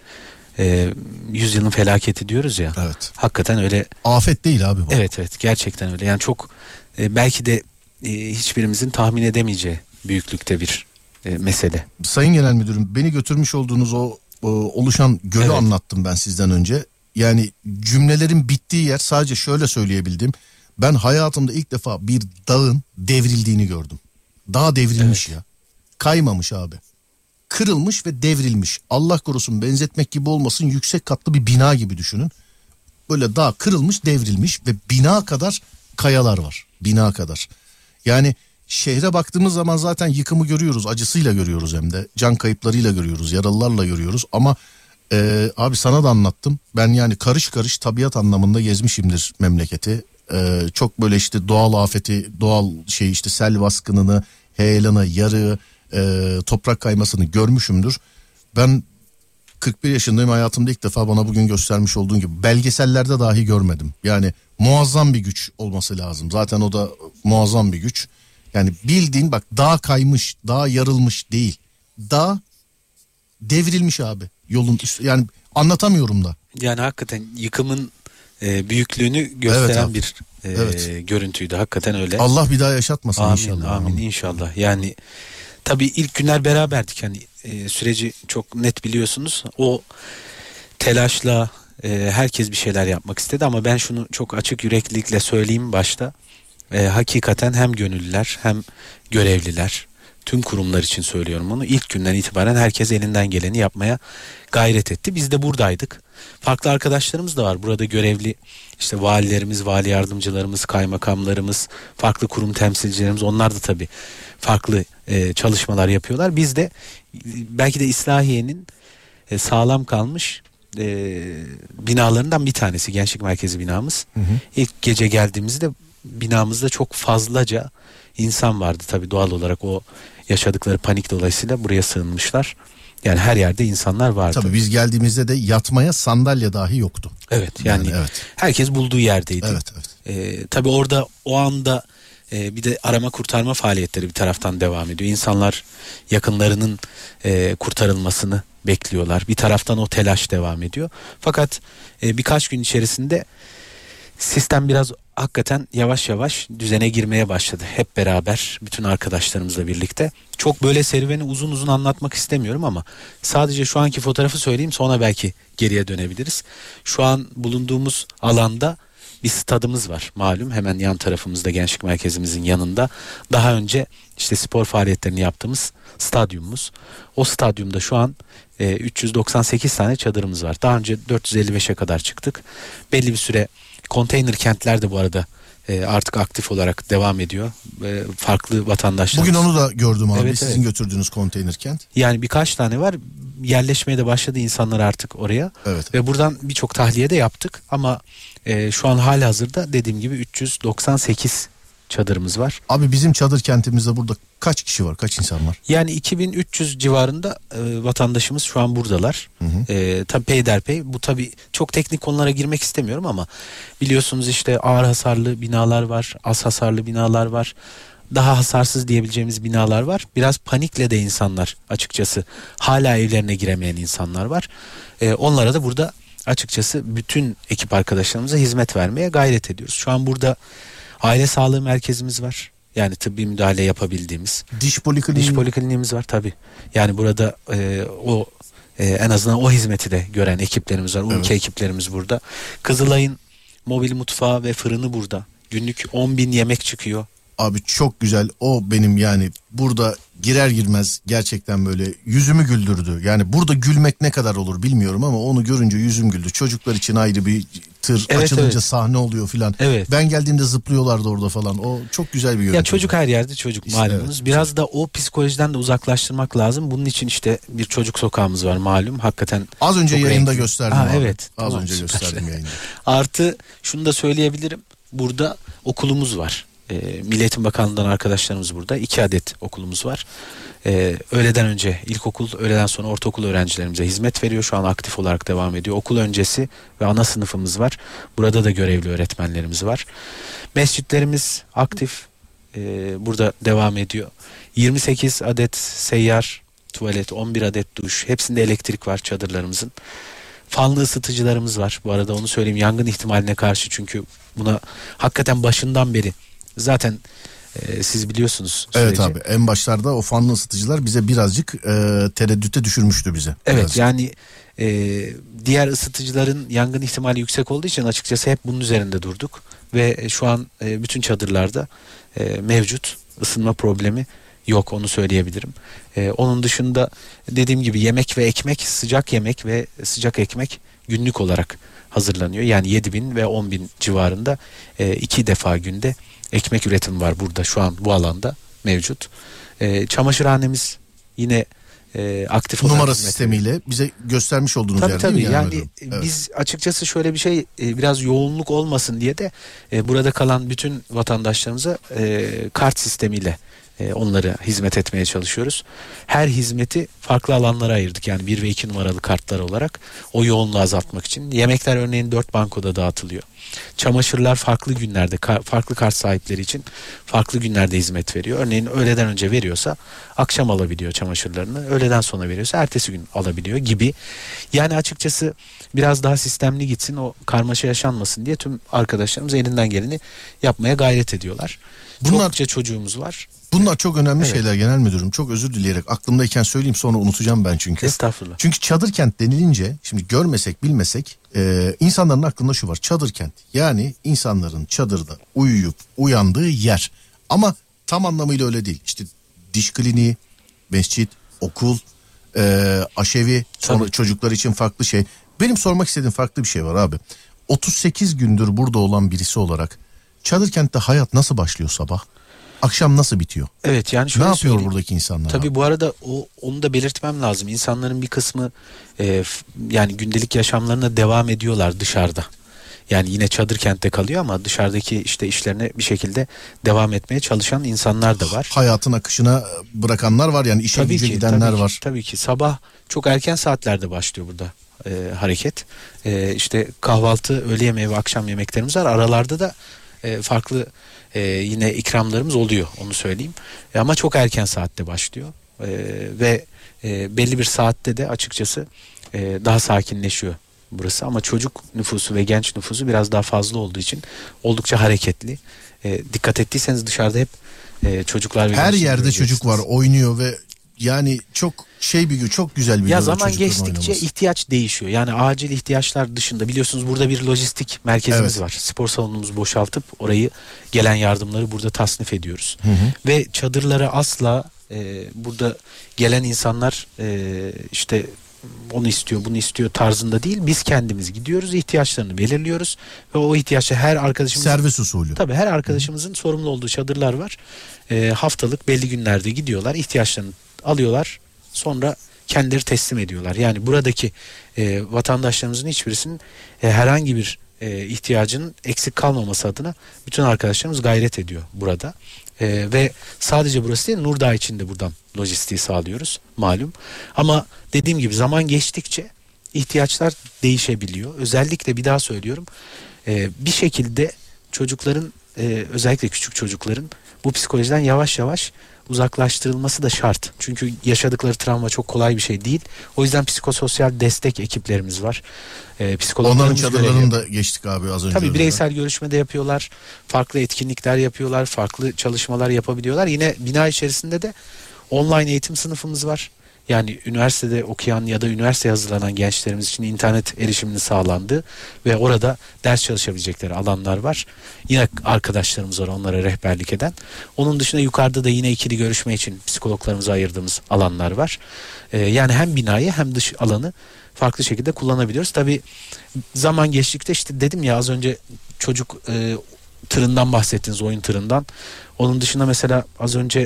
yüzyılın felaketi diyoruz ya. Evet. Hakikaten öyle. Afet değil abi bu. Evet gerçekten öyle. Yani çok belki de hiçbirimizin tahmin edemeyeceği büyüklükte bir mesele. Sayın Genel Müdürüm, beni götürmüş olduğunuz o oluşan gölü Evet. anlattım ben sizden önce. Yani cümlelerin bittiği yer, sadece şöyle söyleyebildim. Ben hayatımda ilk defa bir dağın devrildiğini gördüm. Dağ devrilmiş ya. Kaymamış abi. Kırılmış ve devrilmiş. Allah korusun, benzetmek gibi olmasın, yüksek katlı bir bina gibi düşünün. Böyle dağ kırılmış, devrilmiş ve bina kadar kayalar var. Bina kadar. Yani şehre baktığımız zaman zaten yıkımı görüyoruz. Acısıyla görüyoruz, hem de can kayıplarıyla görüyoruz. Yaralılarla görüyoruz. Ama abi sana da anlattım. Ben yani karış karış tabiat anlamında gezmişimdir memleketi. Çok böyle işte doğal afeti, doğal şey, işte sel baskınını, heyelanı, yarığı, toprak kaymasını görmüşümdür. Ben 41 yaşındayım, hayatımda ilk defa bana bugün göstermiş olduğun gibi belgesellerde dahi görmedim. Yani muazzam bir güç olması lazım. Zaten o da muazzam bir güç. Yani bildiğin bak, dağ kaymış, dağ yarılmış değil. Dağ devrilmiş abi. Yolun üstü, yani anlatamıyorum da. Yani hakikaten yıkımın büyüklüğünü gösteren abi. bir Evet. görüntüydü. Hakikaten öyle. Allah bir daha yaşatmasın Amin, inşallah. amin inşallah. Yani tabii ilk günler beraberdik. Hani süreci çok net biliyorsunuz. O telaşla herkes bir şeyler yapmak istedi ama ben şunu çok açık yüreklilikle söyleyeyim başta. Hakikaten hem gönüllüler hem görevliler, tüm kurumlar için söylüyorum bunu. İlk günden itibaren herkes elinden geleni yapmaya gayret etti. Biz de buradaydık. Farklı arkadaşlarımız da var. Burada görevli işte valilerimiz, vali yardımcılarımız, kaymakamlarımız, farklı kurum temsilcilerimiz. Onlar da tabii farklı çalışmalar yapıyorlar. Biz de belki de İslahiye'nin sağlam kalmış binalarından bir tanesi. Gençlik Merkezi binamız. Hı hı. İlk gece geldiğimizde binamızda çok fazlaca insan vardı. Tabii doğal olarak o yaşadıkları panik dolayısıyla buraya sığınmışlar. Yani her yerde insanlar vardı. Tabii biz geldiğimizde de yatmaya sandalye dahi yoktu. Evet yani evet. herkes bulduğu yerdeydi. Evet. Tabii orada o anda bir de arama kurtarma faaliyetleri bir taraftan devam ediyor. İnsanlar yakınlarının kurtarılmasını bekliyorlar. Bir taraftan o telaş devam ediyor. Fakat birkaç gün içerisinde sistem biraz hakikaten yavaş yavaş düzene girmeye başladı. Hep beraber bütün arkadaşlarımızla birlikte. Çok böyle serüveni uzun uzun anlatmak istemiyorum ama sadece şu anki fotoğrafı söyleyeyim, sonra belki geriye dönebiliriz. Şu an bulunduğumuz alanda bir stadımız var malum, hemen yan tarafımızda, gençlik merkezimizin yanında. Daha önce işte spor faaliyetlerini yaptığımız stadyumumuz. O stadyumda şu an 398 tane çadırımız var. Daha önce 455'e kadar çıktık. Belli bir süre konteyner kentler de bu arada artık aktif olarak devam ediyor. Farklı vatandaşlar. Bugün onu da gördüm abi. Evet, Sizin evet. götürdüğünüz konteyner kent. Yani birkaç tane var. Yerleşmeye de başladı insanlar artık oraya. Evet. Ve buradan birçok tahliye de yaptık. Ama şu an halihazırda dediğim gibi 398 çadırımız var. Abi bizim çadır kentimizde burada kaç kişi var? Kaç insan var? Yani 2300 civarında vatandaşımız şu an buradalar. Hı hı. Tabii peyderpey. Bu tabii çok teknik konulara girmek istemiyorum ama biliyorsunuz işte ağır hasarlı binalar var, az hasarlı binalar var. Daha hasarsız diyebileceğimiz binalar var. Biraz panikle de insanlar açıkçası hala evlerine giremeyen insanlar var. Onlara da burada açıkçası bütün ekip arkadaşlarımıza hizmet vermeye gayret ediyoruz. Şu an burada aile sağlığı merkezimiz var. Yani tıbbi müdahale yapabildiğimiz. Diş polikliniği. Diş polikliniğimiz var tabii. Yani burada en azından o hizmeti de gören ekiplerimiz var. Ülke ekiplerimiz burada. Kızılay'ın mobil mutfağı ve fırını burada. Günlük 10.000 yemek çıkıyor. Abi çok güzel. O benim yani burada girer girmez gerçekten böyle yüzümü güldürdü. Yani burada gülmek ne kadar olur bilmiyorum ama onu görünce yüzüm güldü. Çocuklar için ayrı bir tır açılınca sahne oluyor filan. Evet. Ben geldiğimde zıplıyorlardı orada falan. O çok güzel bir görüntü. Ya çocuk her yerde çocuk İşte malumunuz. evet, biraz da o psikolojiden de uzaklaştırmak lazım. Bunun için işte bir çocuk sokağımız var malum. Hakikaten Az önce çok yayında renkli. gösterdim Ha, abi. evet. Az Tamam, önce süper. gösterdim yayında. Artı şunu da söyleyebilirim. Burada okulumuz var. Milli Eğitim Bakanlığı'ndan arkadaşlarımız burada. 2 adet okulumuz var. Öğleden önce ilkokul, öğleden sonra ortaokul öğrencilerimize hizmet veriyor. Şu an aktif olarak devam ediyor. Okul öncesi ve ana sınıfımız var. Burada da görevli öğretmenlerimiz var. Mescitlerimiz aktif. Burada devam ediyor. 28 adet seyyar tuvalet, 11 adet duş. Hepsinde elektrik var çadırlarımızın. Fanlı ısıtıcılarımız var. Bu arada onu söyleyeyim, yangın ihtimaline karşı, çünkü buna hakikaten başından beri zaten siz biliyorsunuz Evet süreci. abi, en başlarda o fanlı ısıtıcılar bize birazcık tereddüte düşürmüştü bize. Evet Birazcık. yani diğer ısıtıcıların yangın ihtimali yüksek olduğu için açıkçası hep bunun üzerinde durduk. Ve şu an bütün çadırlarda mevcut, ısınma problemi yok, onu söyleyebilirim. Onun dışında dediğim gibi yemek ve ekmek, sıcak yemek ve sıcak ekmek günlük olarak hazırlanıyor. Yani 7.000 ve 10.000 civarında 2 defa günde ekmek üretimi var burada, şu an bu alanda mevcut. Çamaşırhanemiz yine aktif olarak Numara hizmet veriyor. sistemiyle bize göstermiş olduğunuz Tabii yer tabii değil mi? yani müdürüm? Evet. biz açıkçası şöyle bir şey, biraz yoğunluk olmasın diye de burada kalan bütün vatandaşlarımıza kart sistemiyle onlara hizmet etmeye çalışıyoruz. Her hizmeti farklı alanlara ayırdık, yani 1 ve 2 numaralı kartlar olarak, o yoğunluğu azaltmak için. Yemekler örneğin 4 bankoda dağıtılıyor. Çamaşırlar farklı günlerde, farklı kart sahipleri için farklı günlerde hizmet veriyor. Örneğin öğleden önce veriyorsa akşam alabiliyor çamaşırlarını. Öğleden sonra veriyorsa ertesi gün alabiliyor gibi. Yani açıkçası biraz daha sistemli gitsin, o karmaşa yaşanmasın diye tüm arkadaşlarımız elinden geleni yapmaya gayret ediyorlar. Çokça çocuğumuz var. Bunlar çok önemli Evet. şeyler genel müdürüm. Çok özür dileyerek aklımdayken söyleyeyim, sonra unutacağım ben çünkü. Estağfurullah. Çünkü çadır kent denilince, şimdi görmesek bilmesek insanların aklında şu var: çadır kent. Yani insanların çadırda uyuyup uyandığı yer. Ama tam anlamıyla öyle değil. İşte diş kliniği, mescit, okul, aşevi, sonra Tabii. çocuklar için farklı şey. Benim sormak istediğim farklı bir şey var abi. 38 gündür burada olan birisi olarak çadır kentte hayat nasıl başlıyor sabah? Akşam nasıl bitiyor? Evet yani şöyle Ne yapıyor söyleyeyim. buradaki insanlar? Tabii bu arada onu da belirtmem lazım. İnsanların bir kısmı yani gündelik yaşamlarına devam ediyorlar dışarıda. Yani yine çadır kentte kalıyor ama dışarıdaki işte işlerine bir şekilde devam etmeye çalışan insanlar da var. Hayatın akışına bırakanlar var, yani işe güce gidenler var. Tabii ki sabah çok erken saatlerde başlıyor burada hareket. İşte kahvaltı, öğle yemeği ve akşam yemeklerimiz var. Aralarda da farklı yine ikramlarımız oluyor, onu söyleyeyim. Ama çok erken saatte başlıyor ve belli bir saatte de açıkçası daha sakinleşiyor burası. Ama çocuk nüfusu ve genç nüfusu biraz daha fazla olduğu için oldukça hareketli. Dikkat ettiyseniz dışarıda hep çocuklar ve Her gençleri yerde göreceksiniz. çocuk var, oynuyor ve yani çok çok güzel bir Ya yol zaman çocukların geçtikçe oynaması. ihtiyaç değişiyor. Yani acil ihtiyaçlar dışında biliyorsunuz burada bir lojistik merkezimiz Evet. var. Spor salonumuzu boşaltıp orayı, gelen yardımları burada tasnif ediyoruz. Ve çadırlara asla burada gelen insanlar işte onu istiyor, bunu istiyor tarzında değil. Biz kendimiz gidiyoruz, ihtiyaçlarını belirliyoruz ve o ihtiyaçta her arkadaşımız, Servis usulü. tabii her arkadaşımızın sorumlu olduğu çadırlar var. Haftalık belli günlerde gidiyorlar, ihtiyaçlarını alıyorlar, sonra kendileri teslim ediyorlar. Yani buradaki vatandaşlarımızın hiçbirisinin herhangi bir ihtiyacının eksik kalmaması adına bütün arkadaşlarımız gayret ediyor burada. Ve sadece burası değil, Nurdağ için de buradan lojistiği sağlıyoruz malum. Ama dediğim gibi zaman geçtikçe ihtiyaçlar değişebiliyor. Özellikle bir daha söylüyorum, bir şekilde çocukların, özellikle küçük çocukların bu psikolojiden yavaş yavaş uzaklaştırılması da şart. Çünkü yaşadıkları travma çok kolay bir şey değil. O yüzden psikososyal destek ekiplerimiz var. Onların Psikologlarımız görev çadırlarını yapıyor. da geçtik abi az önce. Tabii orada. bireysel görüşmede yapıyorlar. Farklı etkinlikler yapıyorlar. Farklı çalışmalar yapabiliyorlar. Yine bina içerisinde de online eğitim sınıfımız var. Yani üniversitede okuyan ya da üniversiteye hazırlanan gençlerimiz için internet erişiminin sağlandığı ve orada ders çalışabilecekleri alanlar var. Yine arkadaşlarımız var onlara rehberlik eden. Onun dışında yukarıda da yine ikili görüşme için psikologlarımıza ayırdığımız alanlar var. Yani hem binayı hem dış alanı farklı şekilde kullanabiliyoruz. Tabii zaman geçtikçe, işte dedim ya az önce çocuk tırından bahsettiniz, oyun tırından. Onun dışında mesela az önce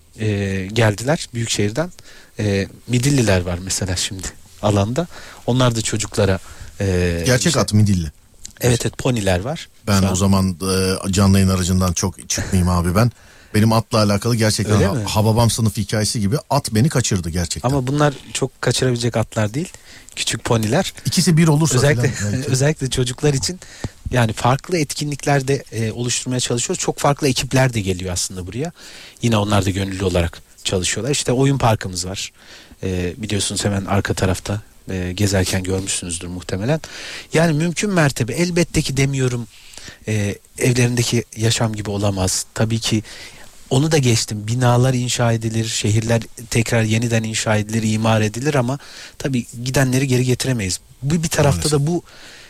geldiler Büyükşehir'den. Midilliler var mesela şimdi alanda. Onlar da çocuklara Gerçek işte- at Midilli. Evet poniler var. Ben Şu an. o zaman canlı yayın aracından çok çıkmayayım abi ben. Benim atla alakalı gerçekten Öyle mi? Hababam sınıf hikayesi gibi at beni kaçırdı gerçekten. Ama bunlar çok kaçırabilecek atlar değil. Küçük poniler. İkisi bir olursa Özellikle falan belki. özellikle çocuklar için Yani farklı etkinlikler de oluşturmaya çalışıyoruz. Çok farklı ekipler de geliyor aslında buraya. Yine onlar da gönüllü olarak çalışıyorlar. İşte oyun parkımız var. Biliyorsunuz hemen arka tarafta, gezerken görmüşsünüzdür muhtemelen. Yani mümkün mertebe, elbette ki demiyorum evlerindeki yaşam gibi olamaz. Tabii ki onu da geçtim. Binalar inşa edilir, şehirler tekrar yeniden inşa edilir, imar edilir ama tabii gidenleri geri getiremeyiz. Bir tarafta da bu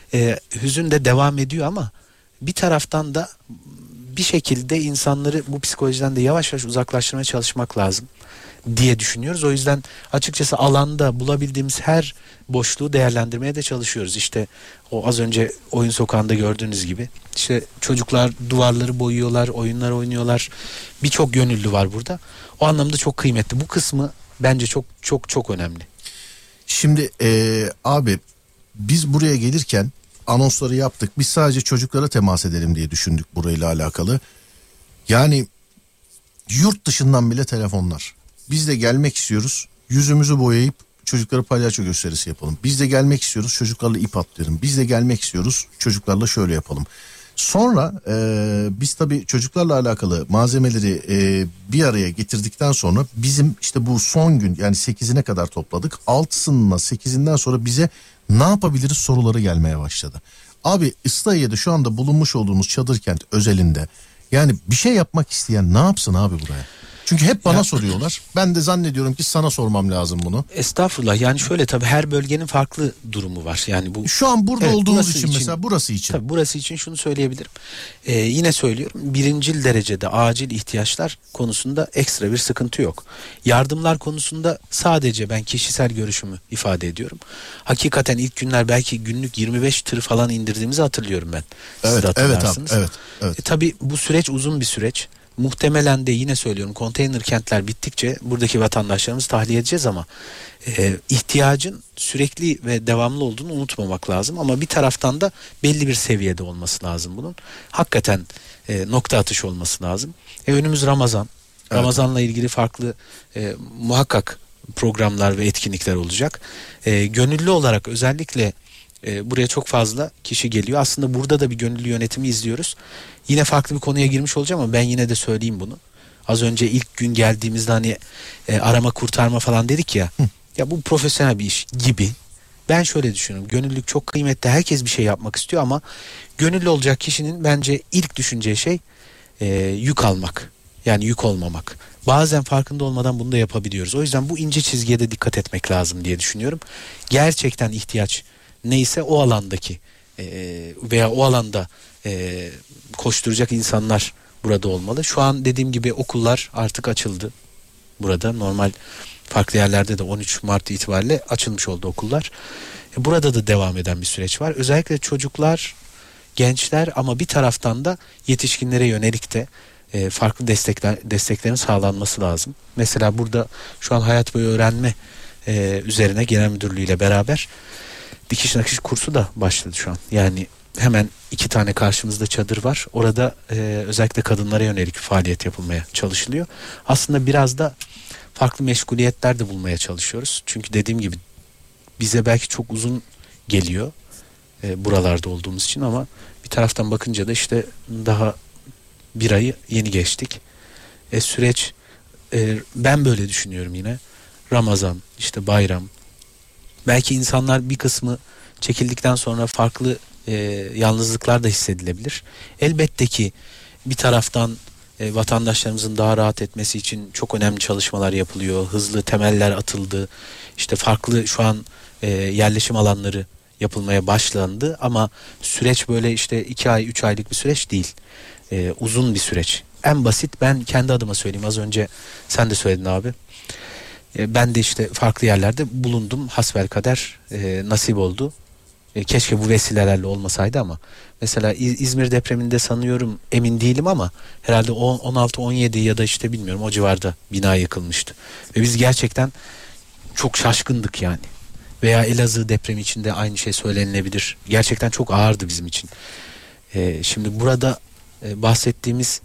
hüzün de devam ediyor ama bir taraftan da bir şekilde insanları bu psikolojiden de yavaş yavaş uzaklaştırmaya çalışmak lazım diye düşünüyoruz. O yüzden açıkçası alanda bulabildiğimiz her boşluğu değerlendirmeye de çalışıyoruz. İşte o az önce oyun sokağında gördüğünüz gibi işte çocuklar duvarları boyuyorlar, oyunlar oynuyorlar. Birçok gönüllü var burada. O anlamda çok kıymetli. Bu kısmı bence çok çok çok önemli. Şimdi abi biz buraya gelirken anonsları yaptık. Biz sadece çocuklara temas edelim diye düşündük burayla alakalı. Yani yurt dışından bile telefonlar. Biz de gelmek istiyoruz. Yüzümüzü boyayıp çocuklara palyaço gösterisi yapalım. Biz de gelmek istiyoruz. Çocuklarla ip atlayalım. Biz de gelmek istiyoruz. Çocuklarla şöyle yapalım. Sonra biz tabii çocuklarla alakalı malzemeleri bir araya getirdikten sonra bizim işte bu son gün yani 8'ine kadar topladık. 6'sından 8'inden sonra bize ne yapabiliriz soruları gelmeye başladı. Abi İslahiye'de şu anda bulunmuş olduğumuz çadır kent özelinde yani bir şey yapmak isteyen ne yapsın abi buraya? Çünkü hep bana soruyorlar. Ben de zannediyorum ki sana sormam lazım bunu. Estağfurullah. Yani şöyle, tabii her bölgenin farklı durumu var. Yani bu şu an burada olduğumuz için için mesela burası için. Tabii burası için şunu söyleyebilirim. Yine söylüyorum. Birincil derecede acil ihtiyaçlar konusunda ekstra bir sıkıntı yok. Yardımlar konusunda sadece ben kişisel görüşümü ifade ediyorum. Hakikaten ilk günler belki günlük 25 tır falan indirdiğimizi hatırlıyorum ben. Siz de hatırlarsınız. Evet. Tabii bu süreç uzun bir süreç. Muhtemelen de yine söylüyorum, konteyner kentler bittikçe buradaki vatandaşlarımızı tahliye edeceğiz ama ihtiyacın sürekli ve devamlı olduğunu unutmamak lazım. Ama bir taraftan da belli bir seviyede olması lazım bunun. Hakikaten nokta atışı olması lazım. Önümüz Ramazan. Evet. Ramazanla ilgili farklı muhakkak programlar ve etkinlikler olacak. Gönüllü olarak özellikle buraya çok fazla kişi geliyor. Aslında burada da bir gönüllü yönetimi izliyoruz. Yine farklı bir konuya girmiş olacağım ama ben yine de söyleyeyim bunu. Az önce ilk gün geldiğimizde hani arama kurtarma falan dedik ya. Ya bu profesyonel bir iş gibi. Ben şöyle düşünüyorum. Gönüllülük çok kıymetli. Herkes bir şey yapmak istiyor ama gönüllü olacak kişinin bence ilk düşüneceği şey yük almak. Yani yük olmamak. Bazen farkında olmadan bunu da yapabiliyoruz. O yüzden bu ince çizgiye de dikkat etmek lazım diye düşünüyorum. Gerçekten ihtiyaç neyse o alandaki veya o alanda koşturacak insanlar burada olmalı. Şu an dediğim gibi okullar artık açıldı burada. Normal farklı yerlerde de 13 Mart itibariyle açılmış oldu okullar. Burada da devam eden bir süreç var. Özellikle çocuklar, gençler ama bir taraftan da yetişkinlere yönelik de farklı desteklerin sağlanması lazım. Mesela burada şu an hayat boyu öğrenme üzerine genel müdürlüğü ile beraber dikiş nakış kursu da başladı şu an. Yani hemen 2 tane karşımızda çadır var. Orada özellikle kadınlara yönelik bir faaliyet yapılmaya çalışılıyor. Aslında biraz da farklı meşguliyetler de bulmaya çalışıyoruz. Çünkü dediğim gibi bize belki çok uzun geliyor buralarda olduğumuz için ama bir taraftan bakınca da işte daha bir ayı yeni geçtik. Süreç ben böyle düşünüyorum yine. Ramazan, işte bayram. Belki insanlar bir kısmı çekildikten sonra farklı yalnızlıklar da hissedilebilir. Elbette ki bir taraftan vatandaşlarımızın daha rahat etmesi için çok önemli çalışmalar yapılıyor. Hızlı temeller atıldı. İşte farklı şu an yerleşim alanları yapılmaya başlandı ama süreç böyle işte 2 ay 3 aylık bir süreç değil. Uzun bir süreç. En basit, ben kendi adıma söyleyeyim, az önce sen de söyledin abi. Ben de işte farklı yerlerde bulundum. Hasbelkader nasip oldu. Keşke bu vesilelerle olmasaydı ama mesela İzmir depreminde sanıyorum, emin değilim ama herhalde 16-17 ya da işte bilmiyorum o civarda bina yıkılmıştı. Ve biz gerçekten çok şaşkındık yani. Veya Elazığ depremi için de aynı şey söylenilebilir. Gerçekten çok ağırdı bizim için. Şimdi burada bahsettiğimiz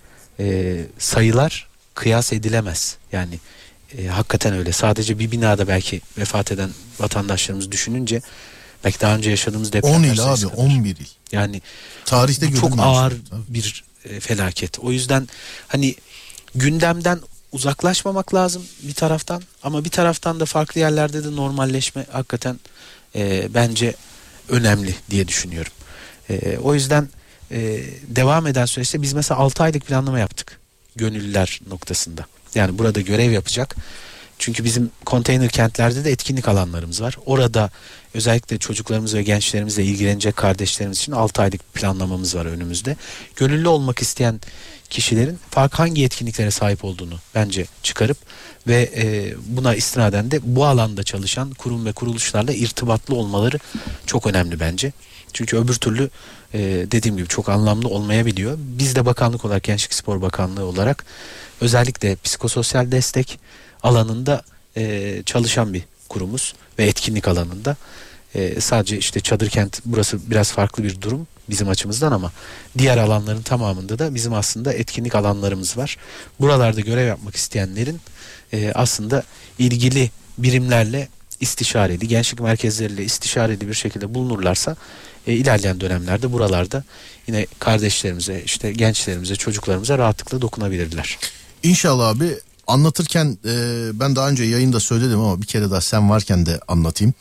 sayılar kıyas edilemez. Yani hakikaten öyle. Sadece bir binada belki vefat eden vatandaşlarımız düşününce Belki daha önce yaşadığımız 10 depremler il abi, sayısı kadar. 11 il. Yani Tarihte bu çok görülmemiş. ağır Tabii. bir felaket. O yüzden hani gündemden uzaklaşmamak lazım bir taraftan, ama bir taraftan da farklı yerlerde de normalleşme hakikaten bence önemli diye düşünüyorum. O yüzden devam eden süreçte biz mesela 6 aylık planlama yaptık gönüllüler noktasında. Yani burada görev yapacak. Çünkü bizim konteyner kentlerde de etkinlik alanlarımız var. Orada özellikle çocuklarımız ve gençlerimizle ilgilenecek kardeşlerimiz için 6 aylık bir planlamamız var önümüzde. Gönüllü olmak isteyen kişilerin hangi yetkinliklere sahip olduğunu bence çıkarıp ve buna istinaden de bu alanda çalışan kurum ve kuruluşlarla irtibatlı olmaları çok önemli bence. Çünkü öbür türlü dediğim gibi çok anlamlı olmayabiliyor. Biz de bakanlık olarak, Gençlik Spor Bakanlığı olarak özellikle psikososyal destek alanında çalışan bir kurumuz ve etkinlik alanında. Sadece işte Çadırkent, burası biraz farklı bir durum bizim açımızdan, ama diğer alanların tamamında da bizim aslında etkinlik alanlarımız var. Buralarda görev yapmak isteyenlerin aslında ilgili birimlerle istişareli, gençlik merkezleriyle istişareli bir şekilde bulunurlarsa ilerleyen dönemlerde buralarda yine kardeşlerimize, işte gençlerimize, çocuklarımıza rahatlıkla dokunabilirler. İnşallah abi. Anlatırken ben daha önce yayında söyledim ama bir kere daha sen varken de anlatayım.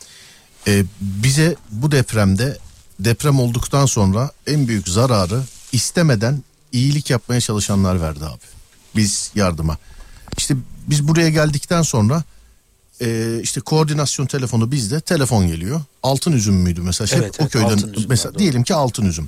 Bize bu deprem olduktan sonra en büyük zararı istemeden iyilik yapmaya çalışanlar verdi abi. Biz yardıma. İşte biz buraya geldikten sonra işte koordinasyon telefonu bizde, telefon geliyor. Altınüzüm müydü mesela? Evet, o köyden Altınüzüm mesela var, diyelim ki Altınüzüm.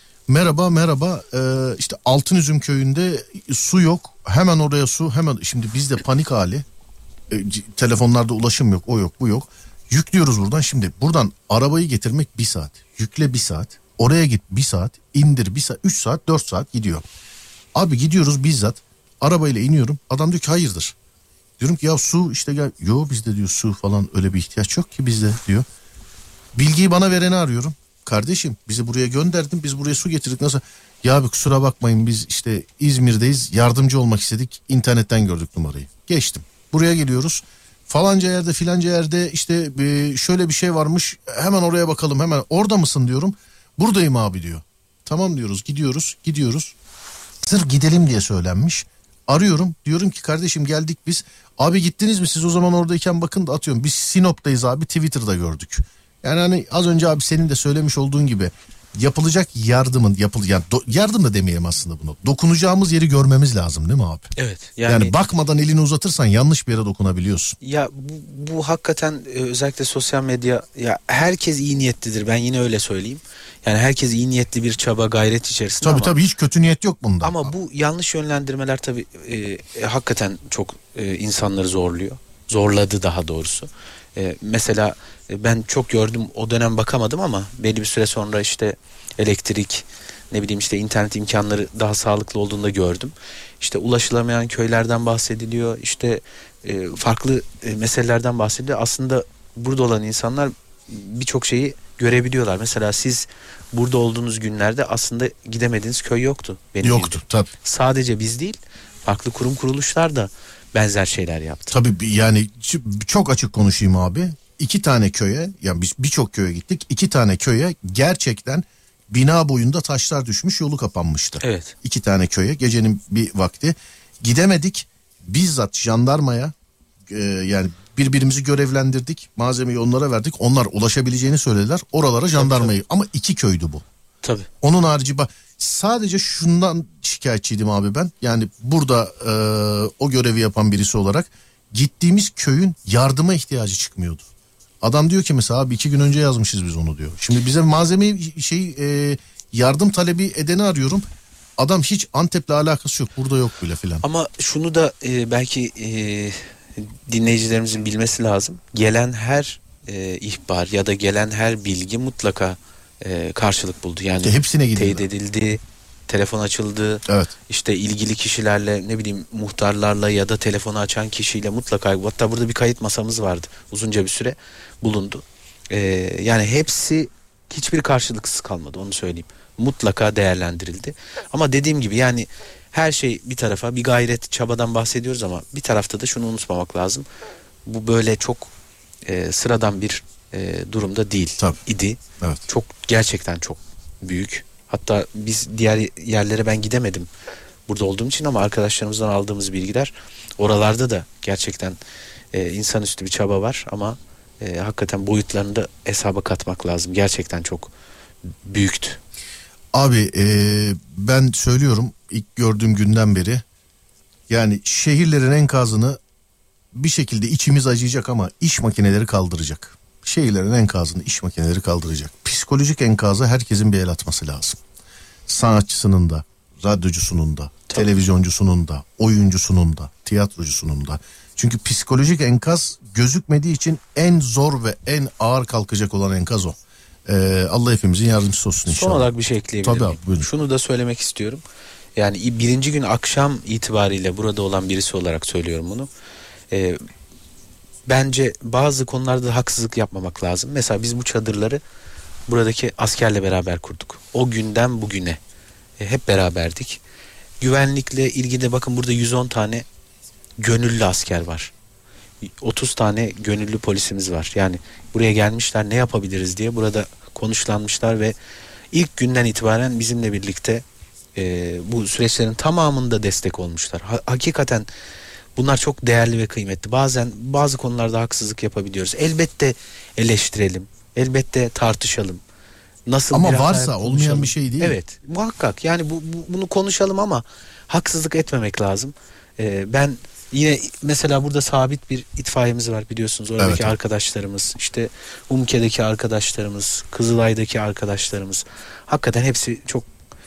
Merhaba işte Altınüzüm köyünde su yok, hemen oraya su, hemen. Şimdi bizde panik hali, telefonlarda ulaşım yok, o yok, bu yok, yüklüyoruz buradan. Şimdi buradan arabayı getirmek 1 saat, yükle 1 saat, oraya git 1 saat, indir 1 saat, 3 saat 4 saat gidiyor abi. Gidiyoruz bizzat, arabayla iniyorum, adam diyor ki hayırdır, diyorum ki ya su işte gel, yo bizde diyor su falan öyle bir ihtiyaç yok ki bizde diyor. Bilgiyi bana vereni arıyorum. Kardeşim bizi buraya gönderdin, biz buraya su getirdik, nasıl? Ya abi kusura bakmayın, biz işte İzmir'deyiz, yardımcı olmak istedik, internetten gördük numarayı. Geçtim. Buraya geliyoruz. Falanca yerde filanca yerde işte şöyle bir şey varmış, hemen oraya bakalım, hemen. Orada mısın diyorum. Buradayım abi diyor. Tamam diyoruz, gidiyoruz. Sırf gidelim diye söylenmiş. Arıyorum, diyorum ki kardeşim geldik biz. Abi gittiniz mi siz o zaman oradayken, bakın da atıyorum. Biz Sinop'tayız abi, Twitter'da gördük. Yani hani az önce abi senin de söylemiş olduğun gibi yapılacak yardımın yardım da demeyelim aslında bunu. Dokunacağımız yeri görmemiz lazım değil mi abi? Evet. Yani bakmadan elini uzatırsan yanlış bir yere dokunabiliyorsun. Ya bu hakikaten özellikle sosyal medya, ya herkes iyi niyetlidir, ben yine öyle söyleyeyim. Yani herkes iyi niyetli bir çaba, gayret içerisinde, Tabii hiç kötü niyet yok bunda. ama bu yanlış yönlendirmeler tabii hakikaten çok insanları zorluyor. Zorladı daha doğrusu. Mesela ben çok gördüm, o dönem bakamadım ama belli bir süre sonra işte elektrik, ne bileyim işte internet imkanları daha sağlıklı olduğunda gördüm. İşte ulaşılamayan köylerden bahsediliyor, işte farklı meselelerden bahsediliyor. Aslında burada olan insanlar birçok şeyi görebiliyorlar. Mesela siz burada olduğunuz günlerde aslında gidemediğiniz köy yoktu. Yoktu tabii. Sadece biz değil, farklı kurum kuruluşlar da benzer şeyler yaptı. Tabii yani çok açık konuşayım abi. 2 tane köye, yani biz birçok köye gittik. 2 tane köye gerçekten bina boyunda taşlar düşmüş, yolu kapanmıştı. Evet. 2 tane köye gecenin bir vakti gidemedik. Bizzat jandarmaya yani birbirimizi görevlendirdik. Malzemeyi onlara verdik. Onlar ulaşabileceğini söylediler. Oralara jandarmayı, ama 2 köydü bu. Tabii. Onun harici sadece şundan şikayetçiydim abi ben. Yani burada o görevi yapan birisi olarak gittiğimiz köyün yardıma ihtiyacı çıkmıyordu. Adam diyor ki mesela abi 2 gün önce yazmışız biz onu diyor. Şimdi bize malzemeyi yardım talebi edeni arıyorum. Adam hiç Antep'le alakası yok, burada yok bile filan. Ama şunu da belki dinleyicilerimizin bilmesi lazım. Gelen her ihbar ya da gelen her bilgi mutlaka karşılık buldu. Yani hepsine gidiyor. teyit edildi, telefon açıldı. Evet. İşte ilgili kişilerle, ne bileyim muhtarlarla ya da telefonu açan kişiyle mutlaka, hatta burada bir kayıt masamız vardı. Uzunca bir süre bulundu. Yani hepsi, hiçbir karşılıksız kalmadı, onu söyleyeyim. Mutlaka değerlendirildi. Ama dediğim gibi yani her şey bir tarafa, bir gayret, çabadan bahsediyoruz ama bir tarafta da şunu unutmamak lazım. Bu böyle çok sıradan bir durumda değil Tabii. idi. Evet. Çok, gerçekten çok büyük. Hatta biz diğer yerlere ben gidemedim burada olduğum için, ama arkadaşlarımızdan aldığımız bilgiler, oralarda da gerçekten insanüstü bir çaba var, ama hakikaten boyutlarını da hesaba katmak lazım. Gerçekten çok büyüktü. Abi ben söylüyorum ilk gördüğüm günden beri, yani şehirlerin enkazını bir şekilde içimiz acıyacak ama iş makineleri kaldıracak. Şehirlerin enkazını iş makineleri kaldıracak. Psikolojik enkazı herkesin bir el atması lazım. Sanatçısının da, radyocusunun da, televizyoncusunun da, oyuncusunun da, tiyatrocusunun da. Çünkü psikolojik enkaz gözükmediği için en zor ve en ağır kalkacak olan enkaz o. Allah hepimizin yardımcısı olsun inşallah. Son olarak bir şey ekleyebilir Tabii miyim? abi, buyurun. Şunu da söylemek istiyorum. Yani birinci gün akşam itibariyle burada olan birisi olarak söylüyorum bunu. Bence bazı konularda da haksızlık yapmamak lazım. Mesela biz bu çadırları buradaki askerle beraber kurduk. O günden bugüne hep beraberdik. Güvenlikle ilgili bakın, burada 110 tane gönüllü asker var. 30 tane gönüllü polisimiz var. Yani buraya gelmişler, ne yapabiliriz diye burada konuşlanmışlar ve ilk günden itibaren bizimle birlikte bu süreçlerin tamamında destek olmuşlar. Hakikaten bunlar çok değerli ve kıymetli. Bazen bazı konularda haksızlık yapabiliyoruz. Elbette eleştirelim, elbette tartışalım. Nasıl Ama bir hata varsa olmayan konuşalım. bir şey değil. Evet, muhakkak. Yani bunu konuşalım ama haksızlık etmemek lazım. Ben yine mesela burada sabit bir itfaiyemiz var, biliyorsunuz. Oradaki Evet. arkadaşlarımız, işte Umke'deki arkadaşlarımız, Kızılay'daki arkadaşlarımız, hakikaten hepsi çok,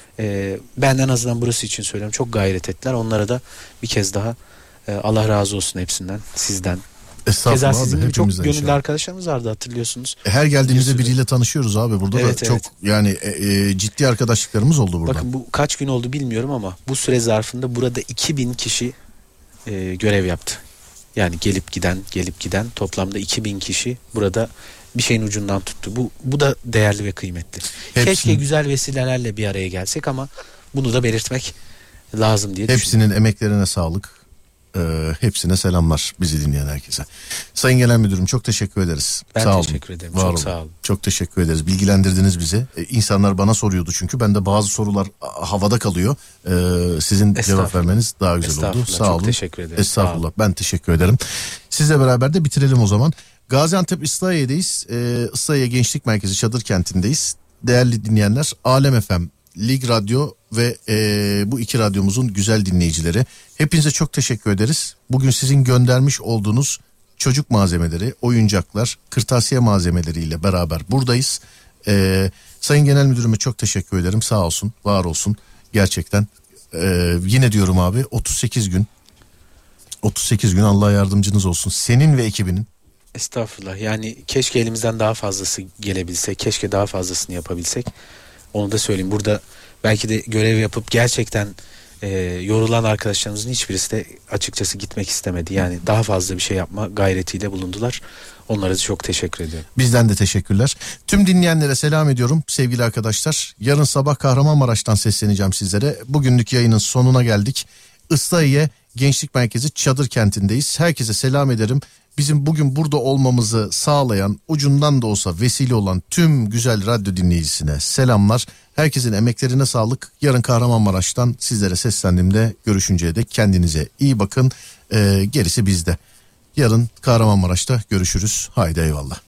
ben en azından burası için söylüyorum, çok gayret ettiler. Onlara da bir kez daha Allah razı olsun hepsinden, sizden. Keza Estağfurullah sizin abi, gibi çok hepimizden gönüllü inşallah. arkadaşlarımız vardı, hatırlıyorsunuz. Her geldiğimizde Biliyorsunuz. biriyle tanışıyoruz abi. Burada Evet, da çok evet. yani ciddi arkadaşlıklarımız oldu burada. Bakın, bu kaç gün oldu bilmiyorum ama bu süre zarfında burada 2000 kişi görev yaptı. Yani gelip giden toplamda 2000 kişi burada bir şeyin ucundan tuttu. Bu da değerli ve kıymetli. Keşke güzel vesilelerle bir araya gelsek ama bunu da belirtmek lazım diye düşünüyorum. Hepsinin emeklerine sağlık. Hepsine selamlar, bizi dinleyen herkese. Sayın Genel Müdürüm, çok teşekkür ederiz. Ben sağ teşekkür ederim. Var Çok olun. sağ olun. Çok teşekkür ederiz. Bilgilendirdiniz bizi. İnsanlar bana soruyordu çünkü. Ben de bazı sorular havada kalıyor. Sizin cevap vermeniz daha güzel oldu. Sağ çok olun. teşekkür ederim. Estağfurullah. Ben teşekkür ederim. Sizle beraber de bitirelim o zaman. Gaziantep Islahiye'deyiz. Islahiye Gençlik Merkezi Çadır Kenti'ndeyiz. Değerli dinleyenler, Alem FM, Lig Radyo ve bu iki radyomuzun güzel dinleyicileri. Hepinize çok teşekkür ederiz. Bugün sizin göndermiş olduğunuz çocuk malzemeleri, oyuncaklar, kırtasiye malzemeleriyle beraber buradayız. Sayın Genel Müdürüme çok teşekkür ederim. Sağ olsun, var olsun. Gerçekten yine diyorum abi, 38 gün Allah yardımcınız olsun. Senin ve ekibinin. Estağfurullah. Yani keşke elimizden daha fazlası gelebilse, keşke daha fazlasını yapabilsek. Onu da söyleyeyim. Burada belki de görev yapıp gerçekten yorulan arkadaşlarımızın hiçbirisi de açıkçası gitmek istemedi. Yani daha fazla bir şey yapma gayretiyle bulundular. Onlara da çok teşekkür ediyorum. Bizden de teşekkürler. Tüm dinleyenlere selam ediyorum sevgili arkadaşlar. Yarın sabah Kahramanmaraş'tan sesleneceğim sizlere. Bugünlük yayının sonuna geldik. Islahiye Gençlik Merkezi Çadır Kenti'ndeyiz. Herkese selam ederim. Bizim bugün burada olmamızı sağlayan, ucundan da olsa vesile olan tüm güzel radyo dinleyicisine selamlar. Herkesin emeklerine sağlık. Yarın Kahramanmaraş'tan sizlere seslendiğimde görüşünceye dek kendinize iyi bakın. Gerisi bizde. Yarın Kahramanmaraş'ta görüşürüz. Haydi eyvallah.